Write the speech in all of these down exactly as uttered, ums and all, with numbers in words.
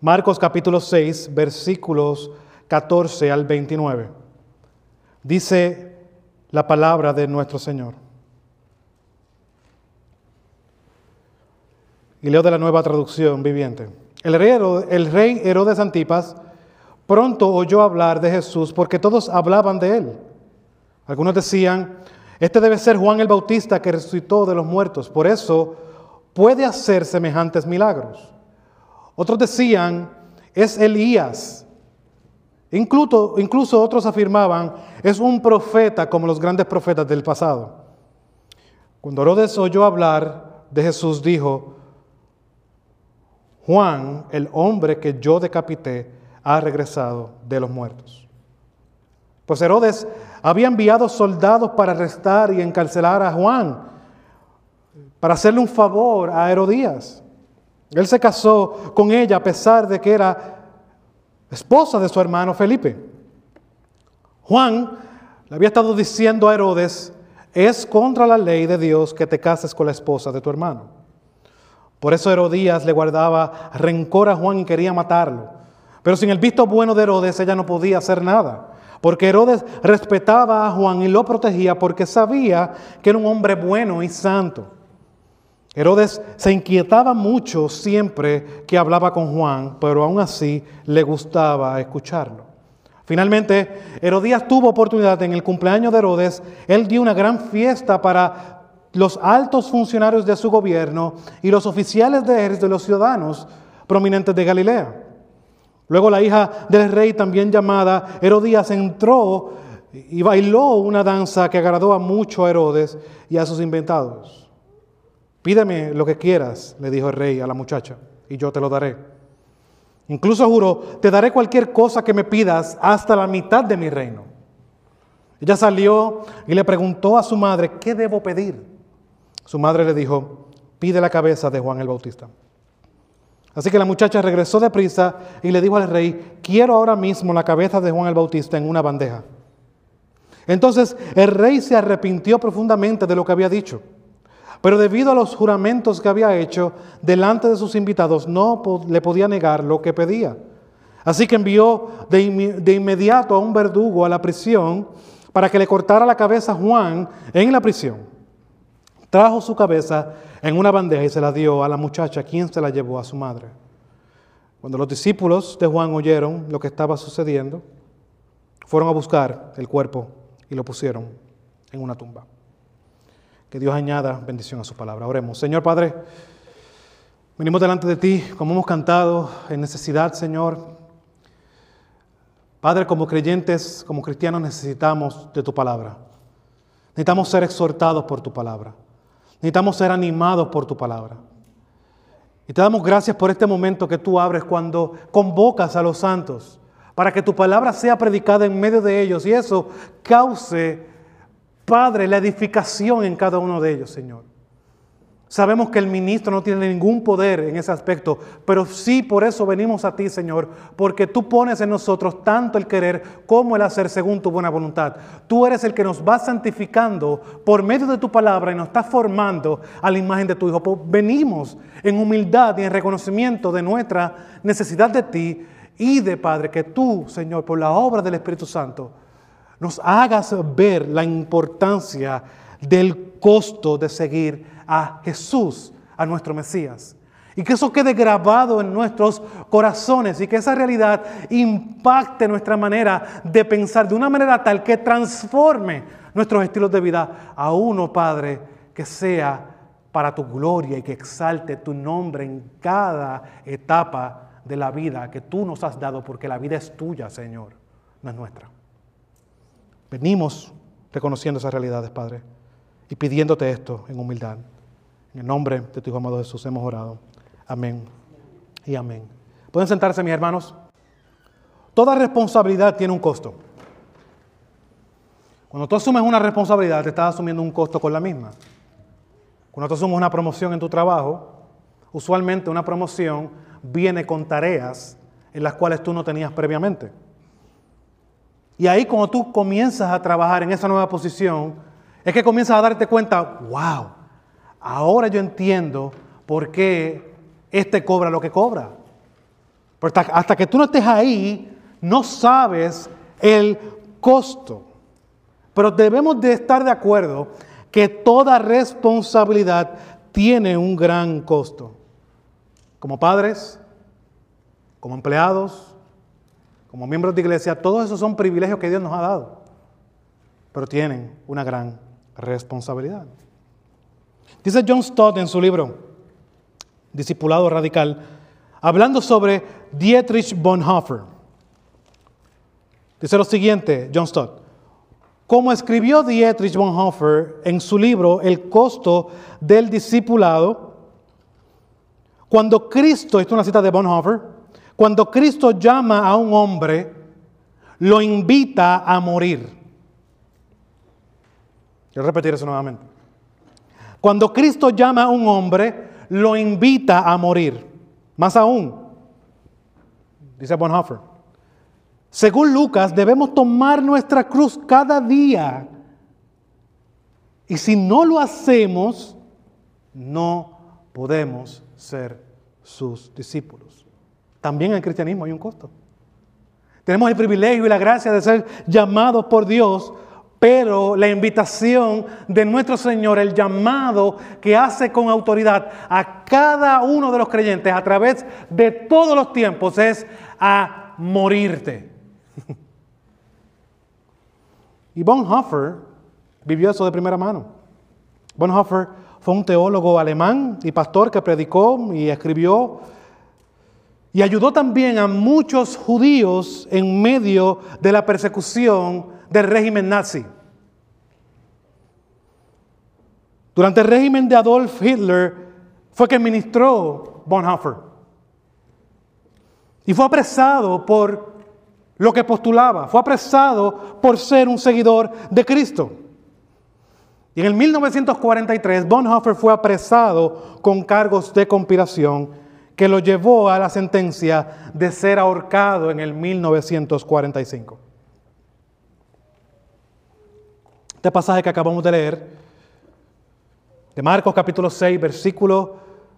Marcos capítulo seis, versículos catorce al veintinueve. Dice la palabra de nuestro Señor. Y leo de la Nueva Traducción Viviente. El rey, Herodes, el rey Herodes Antipas pronto oyó hablar de Jesús porque todos hablaban de él. Algunos decían, este debe ser Juan el Bautista que resucitó de los muertos, por eso puede hacer semejantes milagros. Otros decían, es Elías. Incluso, incluso otros afirmaban, es un profeta como los grandes profetas del pasado. Cuando Herodes oyó hablar de Jesús, dijo, Juan, el hombre que yo decapité, ha regresado de los muertos. Pues Herodes había enviado soldados para arrestar y encarcelar a Juan, para hacerle un favor a Herodías. Él se casó con ella a pesar de que era esposa de su hermano Felipe. Juan le había estado diciendo a Herodes, es contra la ley de Dios que te cases con la esposa de tu hermano. Por eso Herodías le guardaba rencor a Juan y quería matarlo. Pero sin el visto bueno de Herodes, ella no podía hacer nada. Porque Herodes respetaba a Juan y lo protegía porque sabía que era un hombre bueno y santo. Herodes se inquietaba mucho siempre que hablaba con Juan, pero aún así le gustaba escucharlo. Finalmente, Herodías tuvo oportunidad en el cumpleaños de Herodes. Él dio una gran fiesta para los altos funcionarios de su gobierno y los oficiales de ejército de los ciudadanos prominentes de Galilea. Luego la hija del rey, también llamada Herodías, entró y bailó una danza que agradó a mucho a Herodes y a sus invitados. Pídeme lo que quieras, le dijo el rey a la muchacha, y yo te lo daré. Incluso juró, te daré cualquier cosa que me pidas hasta la mitad de mi reino. Ella salió y le preguntó a su madre, ¿qué debo pedir? Su madre le dijo, pide la cabeza de Juan el Bautista. Así que la muchacha regresó deprisa y le dijo al rey, quiero ahora mismo la cabeza de Juan el Bautista en una bandeja. Entonces el rey se arrepintió profundamente de lo que había dicho, pero debido a los juramentos que había hecho delante de sus invitados, no le podía negar lo que pedía. Así que envió de, de inmediato a un verdugo a la prisión para que le cortara la cabeza a Juan en la prisión. Trajo su cabeza en una bandeja y se la dio a la muchacha, quien se la llevó a su madre. Cuando los discípulos de Juan oyeron lo que estaba sucediendo, fueron a buscar el cuerpo y lo pusieron en una tumba. Que Dios añada bendición a su palabra. Oremos. Señor Padre, venimos delante de ti, como hemos cantado, en necesidad, Señor. Padre, como creyentes, como cristianos, necesitamos de tu palabra. Necesitamos ser exhortados por tu palabra. Necesitamos ser animados por tu palabra. Y te damos gracias por este momento que tú abres cuando convocas a los santos para que tu palabra sea predicada en medio de ellos y eso cause, Padre, la edificación en cada uno de ellos, Señor. Sabemos que el ministro no tiene ningún poder en ese aspecto, pero sí por eso venimos a ti, Señor, porque tú pones en nosotros tanto el querer como el hacer según tu buena voluntad. Tú eres el que nos va santificando por medio de tu palabra y nos está formando a la imagen de tu Hijo. Pues venimos en humildad y en reconocimiento de nuestra necesidad de ti y de Padre, que tú, Señor, por la obra del Espíritu Santo, nos hagas ver la importancia del costo de seguir a Jesús, a nuestro Mesías. Y que eso quede grabado en nuestros corazones y que esa realidad impacte nuestra manera de pensar de una manera tal que transforme nuestros estilos de vida a uno, Padre, que sea para tu gloria y que exalte tu nombre en cada etapa de la vida que tú nos has dado, porque la vida es tuya, Señor, no es nuestra. Venimos reconociendo esas realidades, Padre, y pidiéndote esto en humildad. En el nombre de tu Hijo amado Jesús hemos orado. Amén y amén. ¿Pueden sentarse, mis hermanos? Toda responsabilidad tiene un costo. Cuando tú asumes una responsabilidad, te estás asumiendo un costo con la misma. Cuando tú asumes una promoción en tu trabajo, usualmente una promoción viene con tareas en las cuales tú no tenías previamente. Y ahí cuando tú comienzas a trabajar en esa nueva posición, es que comienzas a darte cuenta, wow, ahora yo entiendo por qué este cobra lo que cobra. Pero hasta, hasta que tú no estés ahí, no sabes el costo. Pero debemos de estar de acuerdo que toda responsabilidad tiene un gran costo. Como padres, como empleados, como miembros de iglesia, todos esos son privilegios que Dios nos ha dado, pero tienen una gran responsabilidad. Dice John Stott en su libro Discipulado Radical, hablando sobre Dietrich Bonhoeffer. Dice lo siguiente, John Stott: como escribió Dietrich Bonhoeffer en su libro El costo del discipulado, cuando Cristo, esto es una cita de Bonhoeffer, cuando Cristo llama a un hombre, lo invita a morir. Quiero repetir eso nuevamente. Cuando Cristo llama a un hombre, lo invita a morir. Más aún, dice Bonhoeffer, según Lucas, debemos tomar nuestra cruz cada día. Y si no lo hacemos, no podemos ser sus discípulos. También en el cristianismo hay un costo. Tenemos el privilegio y la gracia de ser llamados por Dios, pero la invitación de nuestro Señor, el llamado que hace con autoridad a cada uno de los creyentes a través de todos los tiempos, es a morirte. Y Bonhoeffer vivió eso de primera mano. Bonhoeffer fue un teólogo alemán y pastor que predicó y escribió y ayudó también a muchos judíos en medio de la persecución del régimen nazi. Durante el régimen de Adolf Hitler fue que ministró Bonhoeffer y fue apresado por lo que postulaba, fue apresado por ser un seguidor de Cristo. Y en el mil novecientos cuarenta y tres, Bonhoeffer fue apresado con cargos de conspiración que lo llevó a la sentencia de ser ahorcado en el mil novecientos cuarenta y cinco. Este pasaje que acabamos de leer, de Marcos capítulo seis, versículo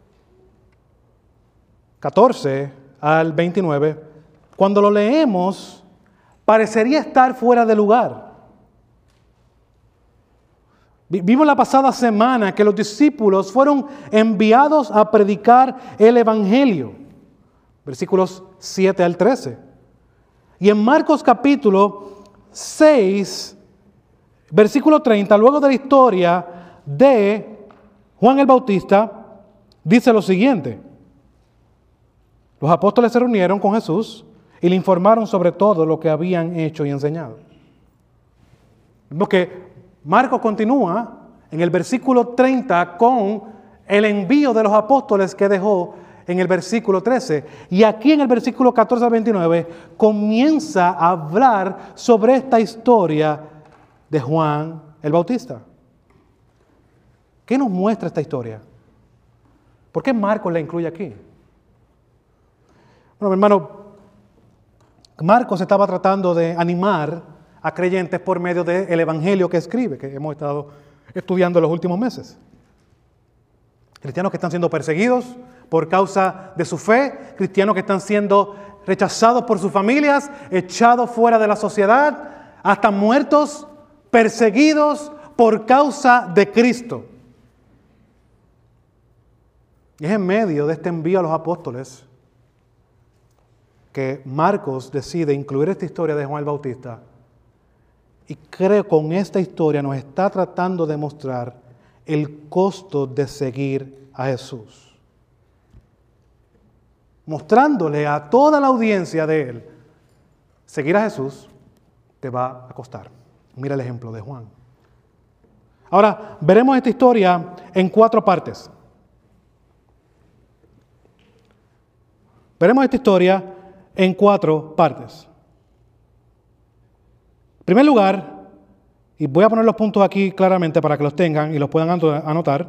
catorce al veintinueve, cuando lo leemos, parecería estar fuera de lugar. Vimos la pasada semana que los discípulos fueron enviados a predicar el Evangelio, versículos siete al trece. Y en Marcos capítulo seis, versículo treinta, luego de la historia de Juan el Bautista, dice lo siguiente: los apóstoles se reunieron con Jesús y le informaron sobre todo lo que habían hecho y enseñado. Vemos que Marcos continúa en el versículo treinta con el envío de los apóstoles que dejó en el versículo trece. Y aquí en el versículo catorce al veintinueve comienza a hablar sobre esta historia de Juan el Bautista. ¿Qué nos muestra esta historia? ¿Por qué Marcos la incluye aquí? Bueno, mi hermano, Marcos estaba tratando de animar a creyentes por medio del Evangelio que escribe, que hemos estado estudiando en los últimos meses. Cristianos que están siendo perseguidos por causa de su fe, cristianos que están siendo rechazados por sus familias, echados fuera de la sociedad, hasta muertos, perseguidos por causa de Cristo. Y es en medio de este envío a los apóstoles que Marcos decide incluir esta historia de Juan el Bautista. Y creo que con esta historia nos está tratando de mostrar el costo de seguir a Jesús. Mostrándole a toda la audiencia de él, seguir a Jesús te va a costar. Mira el ejemplo de Juan. Ahora, veremos esta historia en cuatro partes. Veremos esta historia en cuatro partes. En primer lugar, y voy a poner los puntos aquí claramente para que los tengan y los puedan anotar.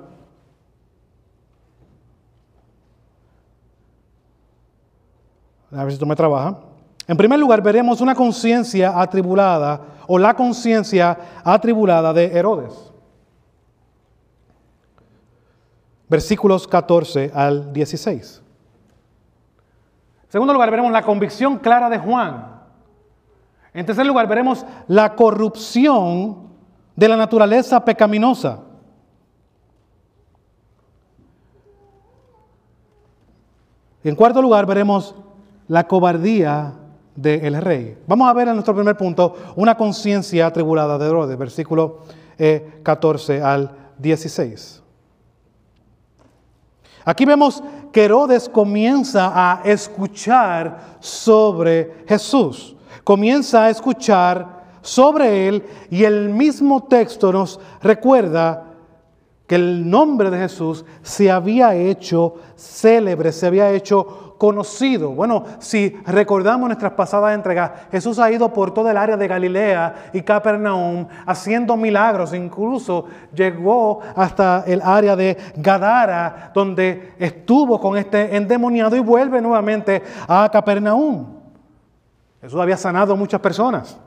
A ver si esto me trabaja. En primer lugar, veremos una conciencia atribulada o la conciencia atribulada de Herodes. Versículos catorce al dieciséis. segundo lugar, veremos la convicción clara de Juan. En tercer lugar, veremos la corrupción de la naturaleza pecaminosa. En cuarto lugar, veremos la cobardía del rey. Vamos a ver en nuestro primer punto una conciencia atribulada de Herodes, versículo eh, catorce al dieciséis. Aquí vemos que Herodes comienza a escuchar sobre Jesús. Comienza a escuchar sobre él y el mismo texto nos recuerda que el nombre de Jesús se había hecho célebre, se había hecho conocido. Bueno, si recordamos nuestras pasadas entregas, Jesús ha ido por toda el área de Galilea y Capernaum haciendo milagros. Incluso llegó hasta el área de Gadara, donde estuvo con este endemoniado y vuelve nuevamente a Capernaum. Jesús había sanado a muchas personas.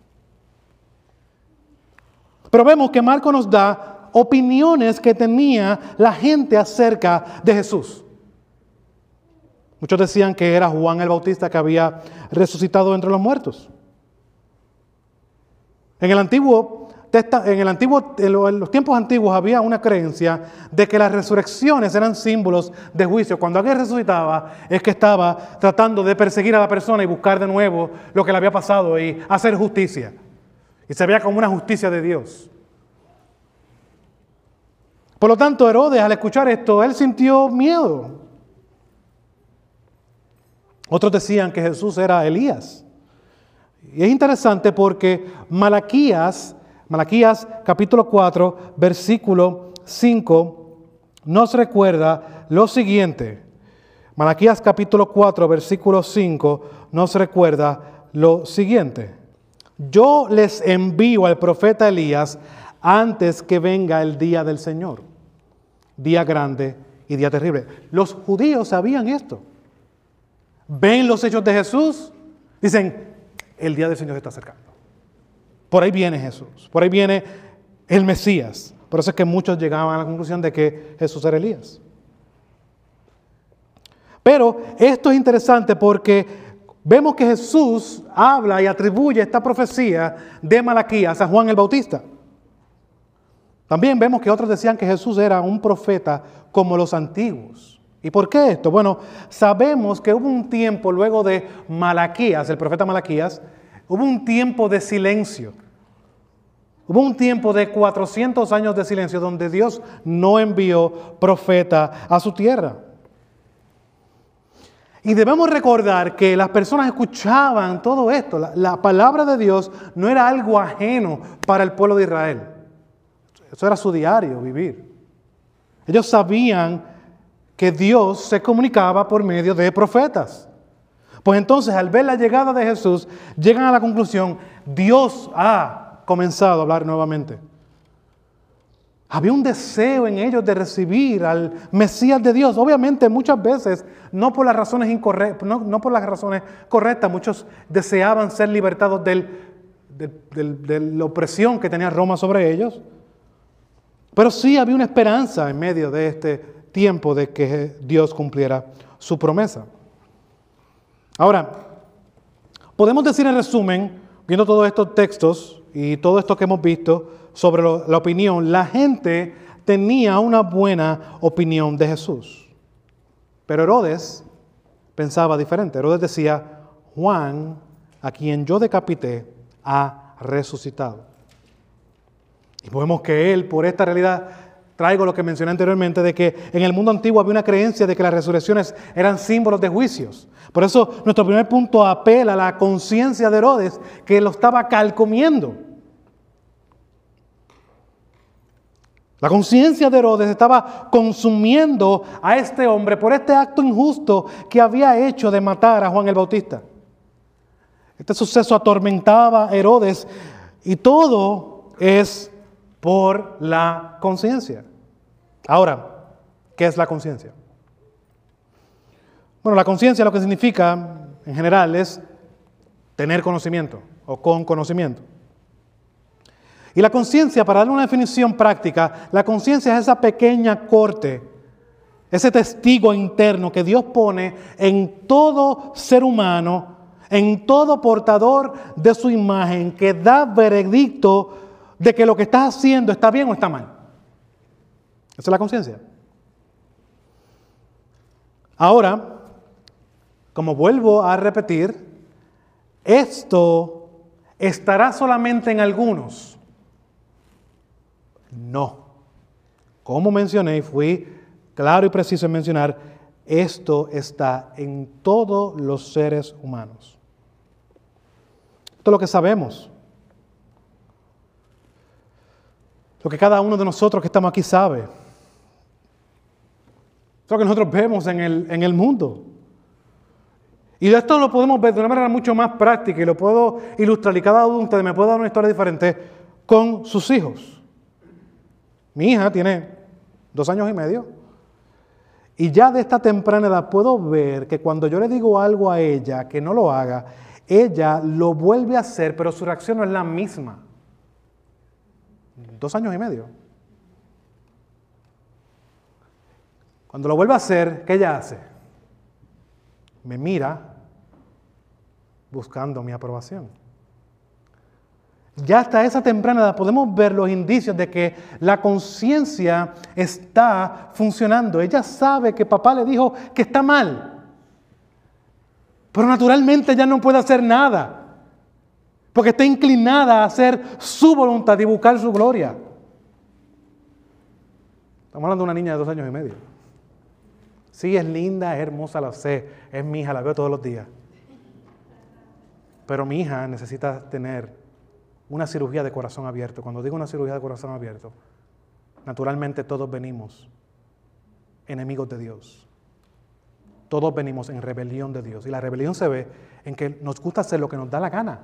Pero vemos que Marcos nos da opiniones que tenía la gente acerca de Jesús. Muchos decían que era Juan el Bautista que había resucitado entre los muertos. En el antiguo, en el antiguo, en los tiempos antiguos había una creencia de que las resurrecciones eran símbolos de juicio. Cuando alguien resucitaba es que estaba tratando de perseguir a la persona y buscar de nuevo lo que le había pasado y hacer justicia. Y se veía como una justicia de Dios. Por lo tanto, Herodes, al escuchar esto, él sintió miedo. Otros decían que Jesús era Elías. Y es interesante porque Malaquías, Malaquías capítulo cuatro, versículo cinco, nos recuerda lo siguiente. Malaquías capítulo cuatro, versículo cinco, nos recuerda lo siguiente. Yo les envío al profeta Elías antes que venga el día del Señor. Día grande y día terrible. Los judíos sabían esto. Ven los hechos de Jesús, dicen, el día del Señor se está acercando. Por ahí viene Jesús, por ahí viene el Mesías. Por eso es que muchos llegaban a la conclusión de que Jesús era Elías. Pero esto es interesante porque vemos que Jesús habla y atribuye esta profecía de Malaquías a Juan el Bautista. También vemos que otros decían que Jesús era un profeta como los antiguos. ¿Y por qué esto? Bueno, sabemos que hubo un tiempo luego de Malaquías, el profeta Malaquías, hubo un tiempo de silencio. Hubo un tiempo de cuatrocientos años de silencio donde Dios no envió profeta a su tierra. Y debemos recordar que las personas escuchaban todo esto. La, la palabra de Dios no era algo ajeno para el pueblo de Israel. Eso era su diario vivir. Ellos sabían que Dios se comunicaba por medio de profetas. Pues entonces, al ver la llegada de Jesús, llegan a la conclusión, Dios ha comenzado a hablar nuevamente. Había un deseo en ellos de recibir al Mesías de Dios. Obviamente, muchas veces, no por las razones incorrectas, no, no por las razones correctas, muchos deseaban ser libertados del, del, del, de la opresión que tenía Roma sobre ellos. Pero sí había una esperanza en medio de este tiempo de que Dios cumpliera su promesa. Ahora, podemos decir en resumen, viendo todos estos textos y todo esto que hemos visto sobre lo, la opinión, la gente tenía una buena opinión de Jesús. Pero Herodes pensaba diferente. Herodes decía, Juan, a quien yo decapité, ha resucitado. Y vemos que él, por esta realidad, traigo lo que mencioné anteriormente, de que en el mundo antiguo había una creencia de que las resurrecciones eran símbolos de juicios. Por eso nuestro primer punto apela a la conciencia de Herodes, que lo estaba calcomiendo. La conciencia de Herodes estaba consumiendo a este hombre por este acto injusto que había hecho de matar a Juan el Bautista. Este suceso atormentaba a Herodes y todo es por la conciencia. Ahora, ¿qué es la conciencia? Bueno, la conciencia lo que significa en general es tener conocimiento o con conocimiento. Y la conciencia, para darle una definición práctica, la conciencia es esa pequeña corte, ese testigo interno que Dios pone en todo ser humano, en todo portador de su imagen, que da veredicto de que lo que estás haciendo está bien o está mal. Esa es la conciencia. Ahora, como vuelvo a repetir, ¿esto estará solamente en algunos? No. Como mencioné, fui claro y preciso en mencionar, esto está en todos los seres humanos. Esto es lo que sabemos. Lo que cada uno de nosotros que estamos aquí sabe. Esto es lo que nosotros vemos en el, en el mundo. Y de esto lo podemos ver de una manera mucho más práctica y lo puedo ilustrar y cada uno de ustedes me puede dar una historia diferente con sus hijos. Mi hija tiene dos años y medio y ya de esta temprana edad puedo ver que cuando yo le digo algo a ella que no lo haga, ella lo vuelve a hacer, pero su reacción no es la misma. Dos años y medio. Cuando lo vuelve a hacer, ¿qué ella hace? Me mira buscando mi aprobación. Ya hasta esa temprana edad podemos ver los indicios de que la conciencia está funcionando. Ella sabe que papá le dijo que está mal, pero naturalmente ya no puede hacer nada, porque está inclinada a hacer su voluntad y buscar su gloria. Estamos hablando de una niña de dos años y medio. Sí, es linda, es hermosa, la sé, es mi hija, la veo todos los días. Pero mi hija necesita tener una cirugía de corazón abierto. Cuando digo una cirugía de corazón abierto, naturalmente todos venimos enemigos de Dios. Todos venimos en rebelión de Dios. Y la rebelión se ve en que nos gusta hacer lo que nos da la gana.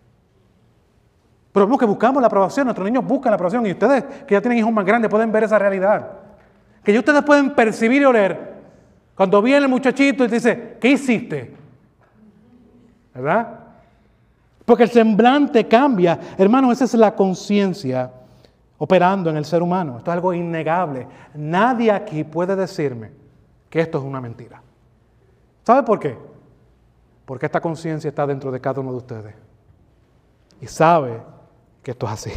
Pero vemos que buscamos la aprobación, nuestros niños buscan la aprobación. Y ustedes que ya tienen hijos más grandes pueden ver esa realidad. Que ya ustedes pueden percibir y oler cuando viene el muchachito y te dice, ¿qué hiciste? ¿Verdad? Porque el semblante cambia. Hermanos, esa es la conciencia operando en el ser humano. Esto es algo innegable. Nadie aquí puede decirme que esto es una mentira. ¿Sabe por qué? Porque esta conciencia está dentro de cada uno de ustedes. Y sabe que esto es así.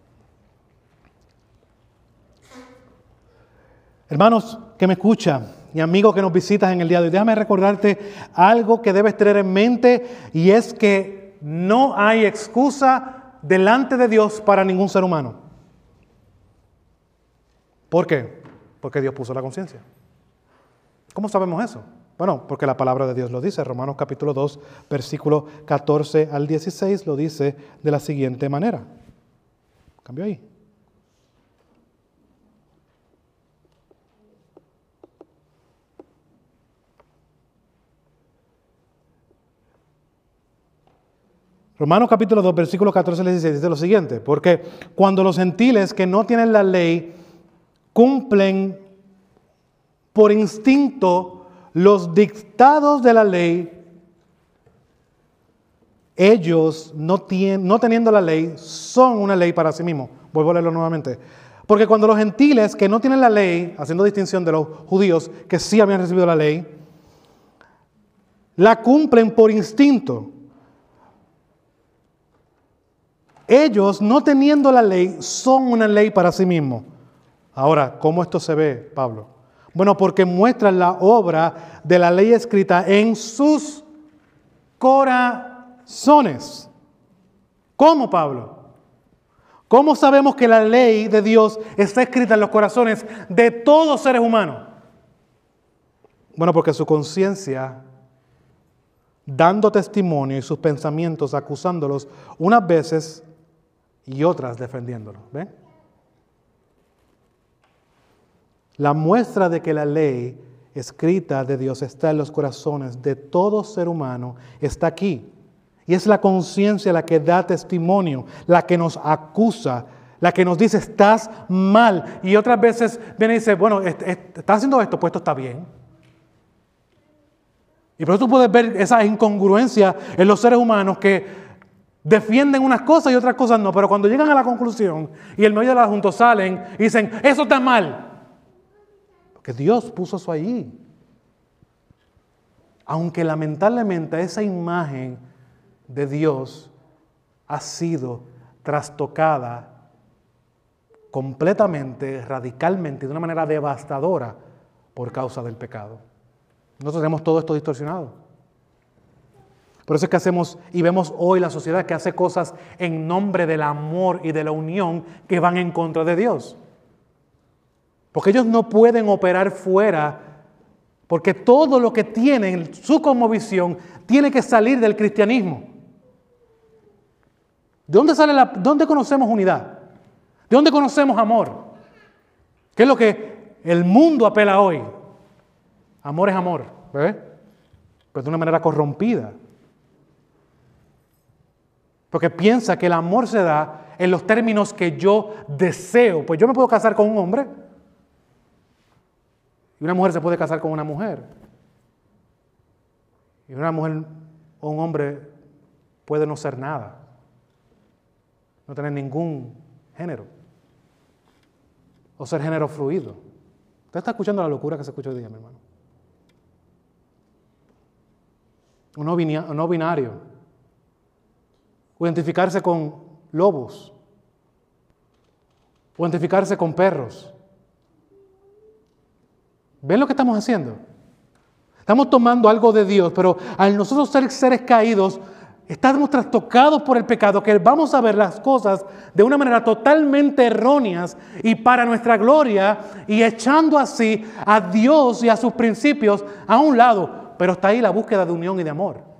Hermanos que me escuchan y amigos que nos visitas en el día de hoy, déjame recordarte algo que debes tener en mente y es que no hay excusa delante de Dios para ningún ser humano. ¿Por qué? Porque Dios puso la conciencia. ¿Cómo sabemos eso? Bueno, porque la palabra de Dios lo dice. Romanos capítulo dos, versículo catorce al dieciséis lo dice de la siguiente manera. Cambio ahí. Romanos capítulo dos, versículo catorce al dieciséis dice lo siguiente, porque cuando los gentiles que no tienen la ley cumplen por instinto los dictados de la ley, ellos no, tienen, no teniendo la ley son una ley para sí mismos. Vuelvo a leerlo nuevamente. Porque cuando los gentiles que no tienen la ley, haciendo distinción de los judíos que sí habían recibido la ley, la cumplen por instinto. Ellos, no teniendo la ley, son una ley para sí mismos. Ahora, ¿cómo esto se ve, Pablo? Bueno, porque muestran la obra de la ley escrita en sus corazones. ¿Cómo, Pablo? ¿Cómo sabemos que la ley de Dios está escrita en los corazones de todos seres humanos? Bueno, porque su conciencia, dando testimonio, y sus pensamientos acusándolos unas veces y otras defendiéndolos. ¿Ven? La muestra de que la ley escrita de Dios está en los corazones de todo ser humano está aquí. Y es la conciencia la que da testimonio, la que nos acusa, la que nos dice estás mal. Y otras veces viene y dice, bueno, estás haciendo esto, pues esto está bien. Y por eso tú puedes ver esa incongruencia en los seres humanos que defienden unas cosas y otras cosas no, pero cuando llegan a la conclusión y el medio del asunto salen y dicen, eso está mal. Porque Dios puso eso allí. Aunque lamentablemente esa imagen de Dios ha sido trastocada completamente, radicalmente, de una manera devastadora por causa del pecado. Nosotros tenemos todo esto distorsionado. Por eso es que hacemos y vemos hoy la sociedad que hace cosas en nombre del amor y de la unión que van en contra de Dios. Porque ellos no pueden operar fuera, porque todo lo que tienen, su cosmovisión, tiene que salir del cristianismo. ¿De dónde sale la, dónde conocemos unidad? ¿De dónde conocemos amor? ¿Qué es lo que el mundo apela hoy? Amor es amor, ¿ves? Pero de una manera corrompida. Porque piensa que el amor se da en los términos que yo deseo. Pues yo me puedo casar con un hombre y una mujer se puede casar con una mujer. Y una mujer o un hombre puede no ser nada, no tener ningún género o ser género fluido. Usted está escuchando la locura que se escucha hoy día, mi hermano. Un no, bina, un no binario. O identificarse con lobos. O identificarse con perros. ¿Ven lo que estamos haciendo? Estamos tomando algo de Dios, pero al nosotros ser seres caídos, estamos trastocados por el pecado, que vamos a ver las cosas de una manera totalmente erróneas y para nuestra gloria, y echando así a Dios y a sus principios a un lado. Pero está ahí la búsqueda de unión y de amor.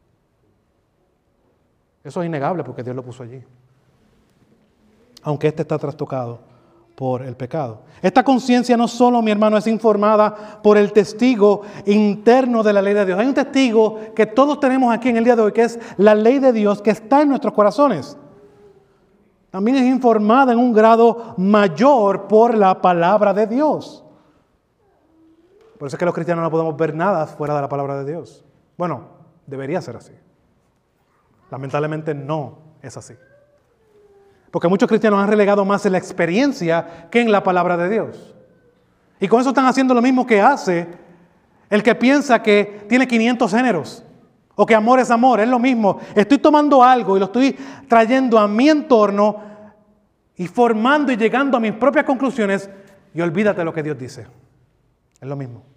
Eso es innegable porque Dios lo puso allí. Aunque este está trastocado por el pecado. Esta conciencia no solo, mi hermano, es informada por el testigo interno de la ley de Dios. Hay un testigo que todos tenemos aquí en el día de hoy, que es la ley de Dios que está en nuestros corazones. También es informada en un grado mayor por la palabra de Dios. Por eso es que los cristianos no podemos ver nada fuera de la palabra de Dios. Bueno, debería ser así. Lamentablemente no es así. Porque muchos cristianos han relegado más en la experiencia que en la palabra de Dios. Y con eso están haciendo lo mismo que hace el que piensa que tiene quinientos géneros. O que amor es amor, es lo mismo. Estoy tomando algo y lo estoy trayendo a mi entorno y formando y llegando a mis propias conclusiones, y olvídate de lo que Dios dice. Es lo mismo.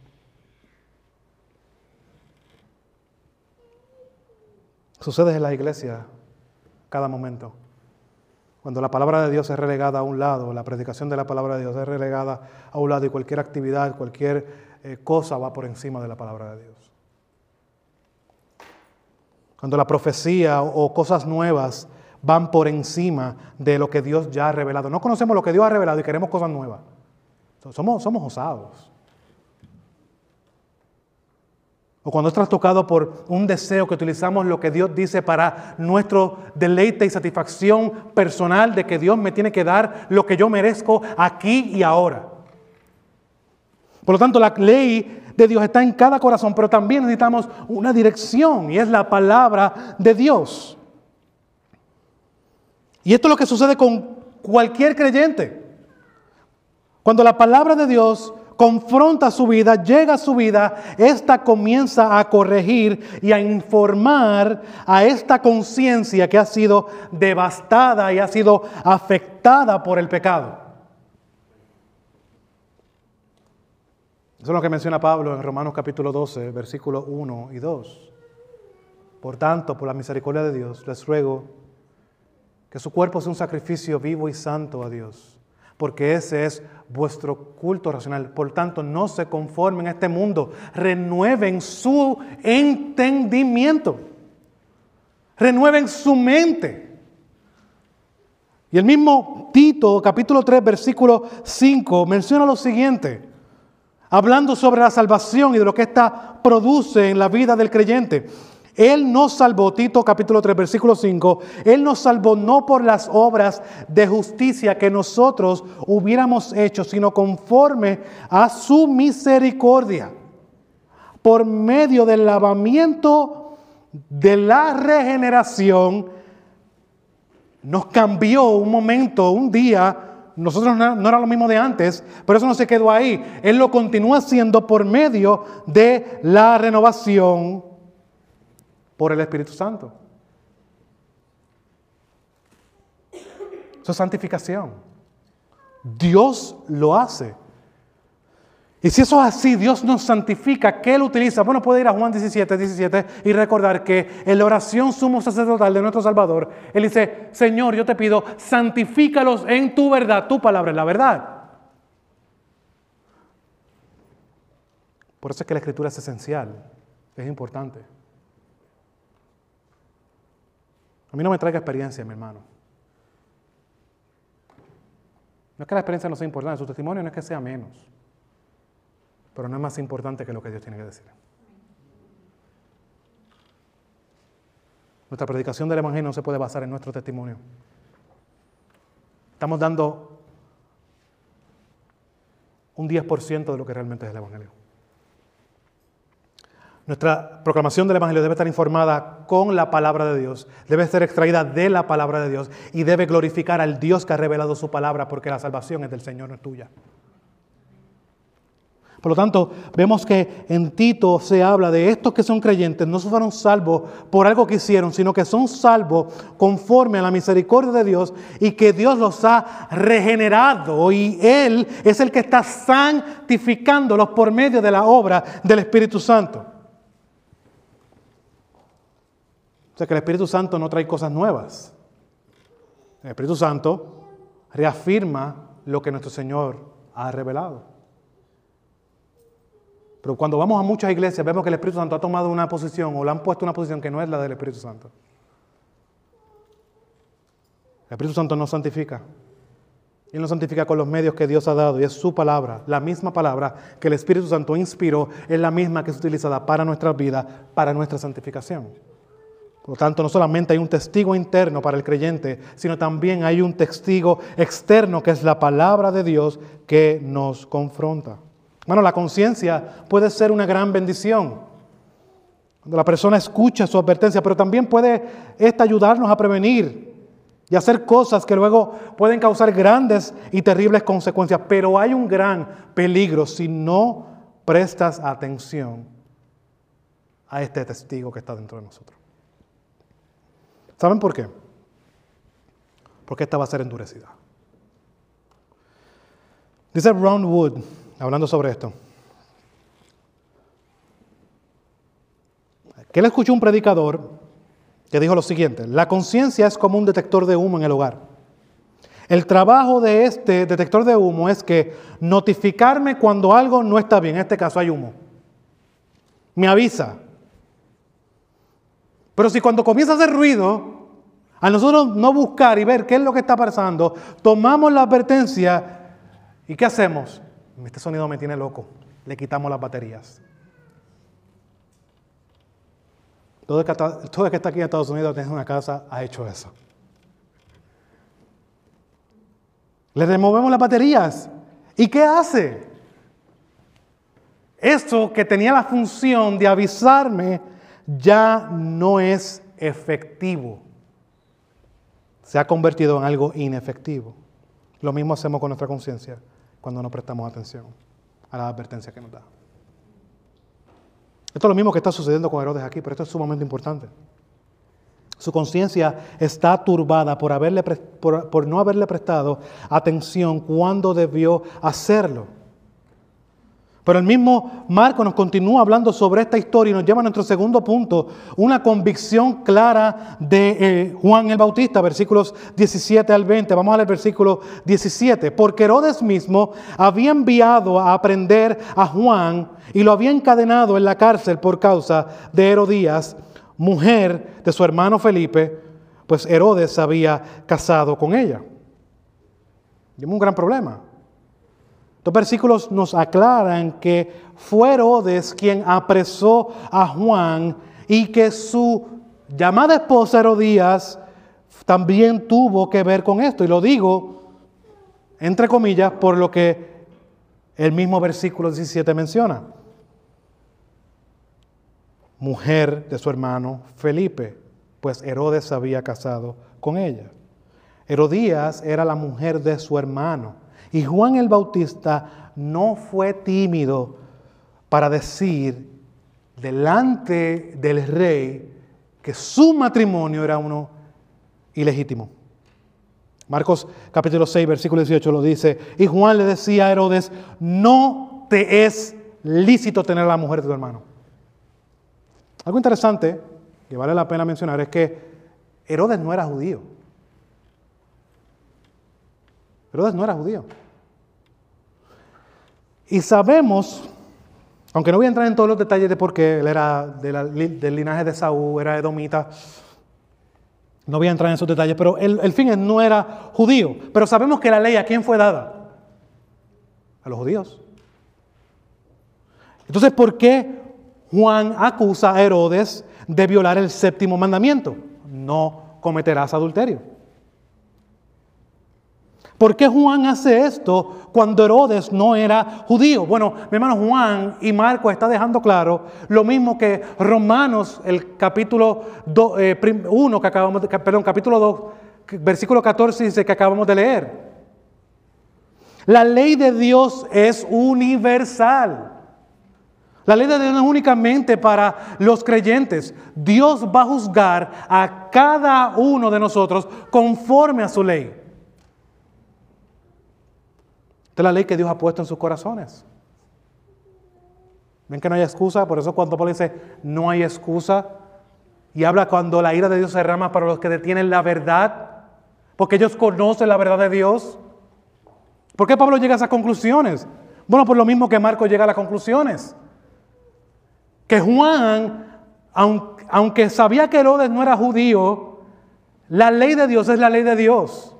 Sucede en la iglesia cada momento. Cuando la palabra de Dios es relegada a un lado, la predicación de la palabra de Dios es relegada a un lado y cualquier actividad, cualquier eh, cosa va por encima de la palabra de Dios. Cuando la profecía o, o cosas nuevas van por encima de lo que Dios ya ha revelado. No conocemos lo que Dios ha revelado y queremos cosas nuevas. Somos, somos osados. O cuando es trastocado por un deseo que utilizamos lo que Dios dice para nuestro deleite y satisfacción personal de que Dios me tiene que dar lo que yo merezco aquí y ahora. Por lo tanto, la ley de Dios está en cada corazón, pero también necesitamos una dirección y es la palabra de Dios. Y esto es lo que sucede con cualquier creyente. Cuando la palabra de Dios confronta su vida, llega a su vida, esta comienza a corregir y a informar a esta conciencia que ha sido devastada y ha sido afectada por el pecado. Eso es lo que menciona Pablo en Romanos capítulo doce, versículos uno y dos. Por tanto, por la misericordia de Dios, les ruego que su cuerpo sea un sacrificio vivo y santo a Dios, porque ese es vuestro culto racional. Por tanto, no se conformen a este mundo, renueven su entendimiento, renueven su mente. Y el mismo Tito, capítulo tres, versículo cinco, menciona lo siguiente, hablando sobre la salvación y de lo que ésta produce en la vida del creyente. Él nos salvó, Tito capítulo tres, versículo cinco, Él nos salvó no por las obras de justicia que nosotros hubiéramos hecho, sino conforme a su misericordia, por medio del lavamiento de la regeneración. Nos cambió un momento, un día, nosotros no, no era lo mismo de antes, pero eso no se quedó ahí. Él lo continúa haciendo por medio de la renovación por el Espíritu Santo. Eso es santificación. Dios lo hace. Y si eso es así, Dios nos santifica. ¿Qué Él utiliza? Bueno, puede ir a Juan diecisiete, diecisiete y recordar que en la oración sumo sacerdotal de nuestro Salvador, Él dice, Señor, yo te pido, santifícalos en tu verdad. Tu palabra es la verdad. Por eso es que la Escritura es esencial, es importante. A mí no me traiga experiencia, mi hermano. No es que la experiencia no sea importante, su testimonio no es que sea menos. Pero no es más importante que lo que Dios tiene que decir. Nuestra predicación del Evangelio no se puede basar en nuestro testimonio. Estamos dando un diez por ciento de lo que realmente es el Evangelio. Nuestra proclamación del Evangelio debe estar informada con la palabra de Dios, debe ser extraída de la palabra de Dios y debe glorificar al Dios que ha revelado su palabra, porque la salvación es del Señor, no es tuya. Por lo tanto, vemos que en Tito se habla de estos que son creyentes, no fueron salvos por algo que hicieron, sino que son salvos conforme a la misericordia de Dios y que Dios los ha regenerado y Él es el que está santificándolos por medio de la obra del Espíritu Santo. O sea que el Espíritu Santo no trae cosas nuevas. El Espíritu Santo reafirma lo que nuestro Señor ha revelado. Pero cuando vamos a muchas iglesias vemos que el Espíritu Santo ha tomado una posición o le han puesto una posición que no es la del Espíritu Santo. El Espíritu Santo nos santifica. Y Él nos santifica con los medios que Dios ha dado y es su palabra. La misma palabra que el Espíritu Santo inspiró es la misma que es utilizada para nuestras vidas, para nuestra santificación. Por lo tanto, no solamente hay un testigo interno para el creyente, sino también hay un testigo externo que es la palabra de Dios que nos confronta. Bueno, la conciencia puede ser una gran bendición. Cuando la persona escucha su advertencia, pero también puede esta ayudarnos a prevenir y hacer cosas que luego pueden causar grandes y terribles consecuencias. Pero hay un gran peligro si no prestas atención a este testigo que está dentro de nosotros. ¿Saben por qué? Porque esta va a ser endurecida. Dice Ron Wood, hablando sobre esto, que él escuchó un predicador que dijo lo siguiente: la conciencia es como un detector de humo en el hogar. El trabajo de este detector de humo es que notificarme cuando algo no está bien, en este caso hay humo. Me avisa. Pero si cuando comienza a hacer ruido, a nosotros no buscar y ver qué es lo que está pasando, tomamos la advertencia y ¿qué hacemos? Este sonido me tiene loco. Le quitamos las baterías. Todo el que está, todo el que está aquí en Estados Unidos, tiene una casa, ha hecho eso. Le removemos las baterías. ¿Y qué hace? Esto que tenía la función de avisarme ya no es efectivo. Se ha convertido en algo inefectivo. Lo mismo hacemos con nuestra conciencia cuando no prestamos atención a las advertencias que nos da. Esto es lo mismo que está sucediendo con Herodes aquí, pero esto es sumamente importante. Su conciencia está turbada por, haberle, por, por no haberle prestado atención cuando debió hacerlo. Pero el mismo Marcos nos continúa hablando sobre esta historia y nos lleva a nuestro segundo punto, una convicción clara de eh, Juan el Bautista, versículos diecisiete al veinte. Vamos a leer el versículo diecisiete. Porque Herodes mismo había enviado a aprender a Juan y lo había encadenado en la cárcel por causa de Herodías, mujer de su hermano Felipe, pues Herodes se había casado con ella. Y es un gran problema. Estos versículos nos aclaran que fue Herodes quien apresó a Juan y que su llamada esposa Herodías también tuvo que ver con esto. Y lo digo, entre comillas, por lo que el mismo versículo diecisiete menciona. Mujer de su hermano Felipe, pues Herodes se había casado con ella. Herodías era la mujer de su hermano. Y Juan el Bautista no fue tímido para decir delante del rey que su matrimonio era uno ilegítimo. Marcos capítulo seis, versículo dieciocho lo dice. Y Juan le decía a Herodes, no te es lícito tener a la mujer de tu hermano. Algo interesante que vale la pena mencionar es que Herodes no era judío. Herodes no era judío. Y sabemos, aunque no voy a entrar en todos los detalles de por qué, él era de la, del linaje de Saúl, era edomita, no voy a entrar en esos detalles, pero el, el fin es, no era judío. Pero sabemos que la ley, ¿a quién fue dada? A los judíos. Entonces, ¿por qué Juan acusa a Herodes de violar el séptimo mandamiento? No cometerás adulterio. ¿Por qué Juan hace esto cuando Herodes no era judío? Bueno, mi hermano, Juan y Marcos está dejando claro lo mismo que Romanos, el capítulo uno, que acabamos de, perdón, capítulo dos, versículo catorce dice que acabamos de leer. La ley de Dios es universal. La ley de Dios no es únicamente para los creyentes. Dios va a juzgar a cada uno de nosotros conforme a su ley. Esta es la ley que Dios ha puesto en sus corazones. Ven que no hay excusa, por eso cuando Pablo dice no hay excusa, y habla cuando la ira de Dios se derrama para los que detienen la verdad, porque ellos conocen la verdad de Dios. ¿Por qué Pablo llega a esas conclusiones? Bueno, por lo mismo que Marcos llega a las conclusiones. Que Juan, aunque sabía que Herodes no era judío, la ley de Dios es la ley de Dios.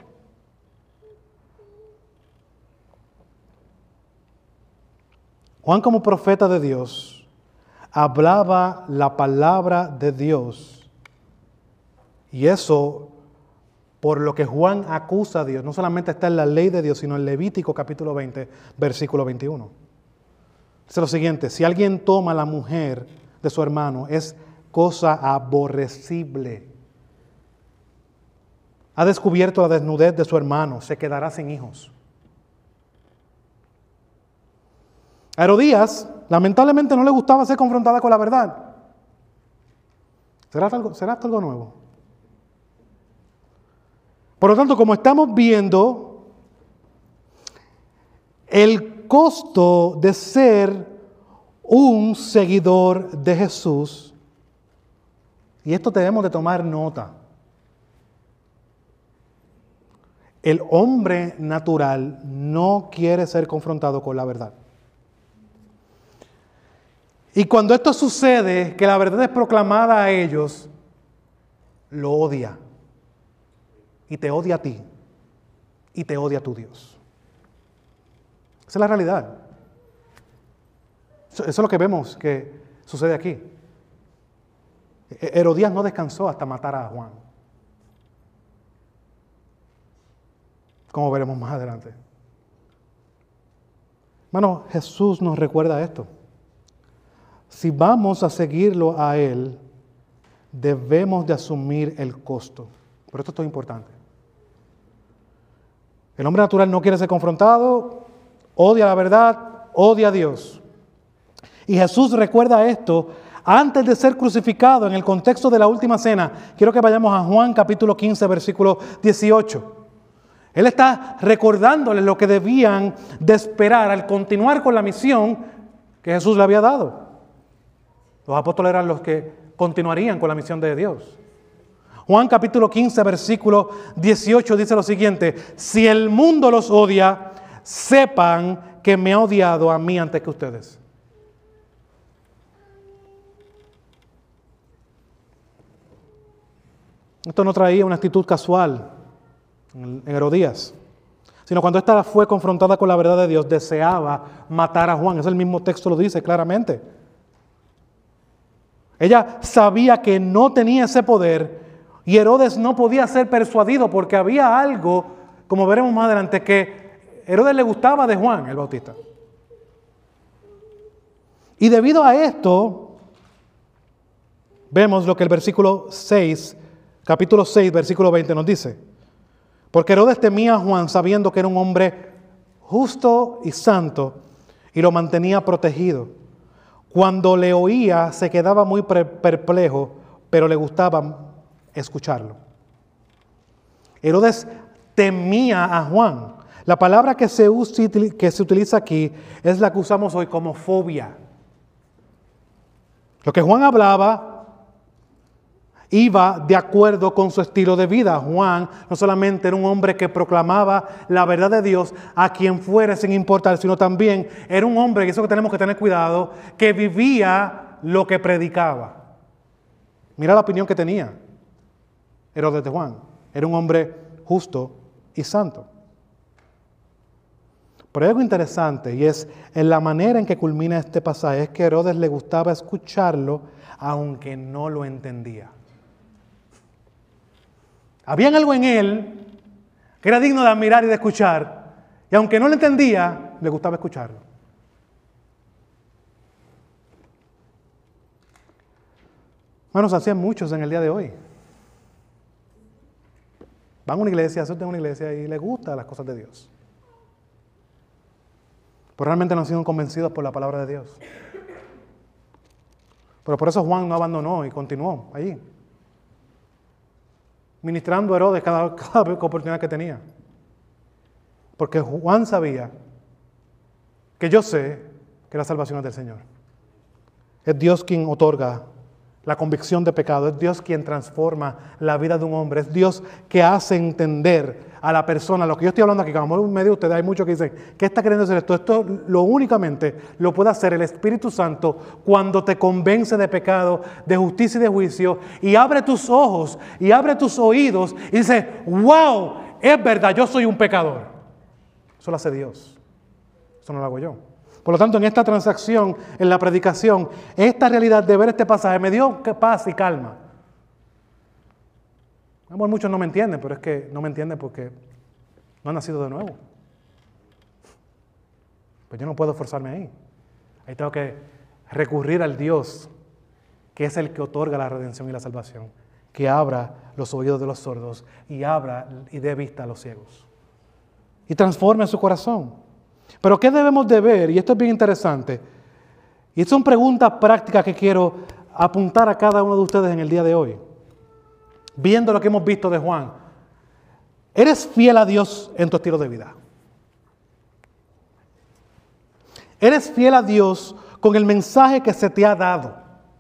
Juan, como profeta de Dios, hablaba la palabra de Dios. Y eso, por lo que Juan acusa a Dios, no solamente está en la ley de Dios, sino en Levítico capítulo veinte, versículo veintiuno. Dice lo siguiente: si alguien toma la mujer de su hermano, es cosa aborrecible. Ha descubierto la desnudez de su hermano, se quedará sin hijos. A Herodías, lamentablemente, no le gustaba ser confrontada con la verdad. ¿Será algo, será esto algo nuevo? Por lo tanto, como estamos viendo, el costo de ser un seguidor de Jesús, y esto debemos de tomar nota. El hombre natural no quiere ser confrontado con la verdad. Y cuando esto sucede, que la verdad es proclamada a ellos, lo odia. Y te odia a ti. Y te odia a tu Dios. Esa es la realidad. Eso es lo que vemos que sucede aquí. Herodías no descansó hasta matar a Juan. Como veremos más adelante. Hermano, Jesús nos recuerda esto. Si vamos a seguirlo a Él, debemos de asumir el costo. Por esto esto es importante. El hombre natural no quiere ser confrontado, odia la verdad, odia a Dios. Y Jesús recuerda esto antes de ser crucificado en el contexto de la última cena. Quiero que vayamos a Juan capítulo quince, versículo dieciocho. Él está recordándoles lo que debían de esperar al continuar con la misión que Jesús le había dado. Los apóstoles eran los que continuarían con la misión de Dios. Juan capítulo quince, versículo dieciocho dice lo siguiente: si el mundo los odia, sepan que me ha odiado a mí antes que ustedes. Esto no traía una actitud casual en Herodías, sino cuando ésta fue confrontada con la verdad de Dios, deseaba matar a Juan. Es el mismo texto, lo dice claramente. Ella sabía que no tenía ese poder y Herodes no podía ser persuadido porque había algo, como veremos más adelante, que Herodes le gustaba de Juan el Bautista. Y debido a esto, vemos lo que el versículo seis, capítulo seis, versículo veinte nos dice. Porque Herodes temía a Juan sabiendo que era un hombre justo y santo y lo mantenía protegido. Cuando le oía se quedaba muy perplejo, pero le gustaba escucharlo. Herodes temía a Juan. La palabra que se, usa, que se utiliza aquí es la que usamos hoy como fobia. Lo que Juan hablaba iba de acuerdo con su estilo de vida. Juan no solamente era un hombre que proclamaba la verdad de Dios a quien fuera sin importar, sino también era un hombre, y eso que tenemos que tener cuidado, que vivía lo que predicaba. Mira la opinión que tenía Herodes de Juan. Era un hombre justo y santo. Pero hay algo interesante, y es en la manera en que culmina este pasaje, es que a Herodes le gustaba escucharlo aunque no lo entendía. Había algo en él que era digno de admirar y de escuchar, y aunque no lo entendía, le gustaba escucharlo. Hermanos, hacían muchos en el día de hoy. Van a una iglesia, asisten a una iglesia y les gustan las cosas de Dios. Pero realmente no han sido convencidos por la palabra de Dios. Pero por eso Juan no abandonó y continuó allí, ministrando a Herodes cada, cada oportunidad que tenía. Porque Juan sabía que yo sé que la salvación es del Señor. Es Dios quien otorga la convicción de pecado. Es Dios quien transforma la vida de un hombre. Es Dios que hace entender a la persona. Lo que yo estoy hablando aquí, como en medio de ustedes hay muchos que dicen, ¿qué está queriendo hacer esto? Esto lo únicamente lo puede hacer el Espíritu Santo cuando te convence de pecado, de justicia y de juicio, y abre tus ojos y abre tus oídos y dice, wow, es verdad, yo soy un pecador. Eso lo hace Dios. Eso no lo hago yo. Por lo tanto, en esta transacción, en la predicación, esta realidad de ver este pasaje me dio paz y calma. Amor, muchos no me entienden, pero es que no me entienden porque no han nacido de nuevo. Pues yo no puedo forzarme ahí. Ahí tengo que recurrir al Dios, que es el que otorga la redención y la salvación, que abra los oídos de los sordos y abra y dé vista a los ciegos. Y transforme su corazón. Pero ¿qué debemos de ver? Y esto es bien interesante. Y son preguntas prácticas que quiero apuntar a cada uno de ustedes en el día de hoy. Viendo lo que hemos visto de Juan. ¿Eres fiel a Dios en tu estilo de vida? ¿Eres fiel a Dios con el mensaje que se te ha dado?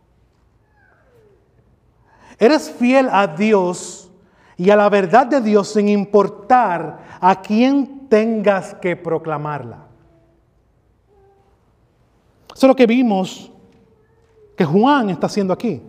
¿Eres fiel a Dios y a la verdad de Dios sin importar a quién tengas que proclamarla? Eso es lo que vimos que Juan está haciendo aquí.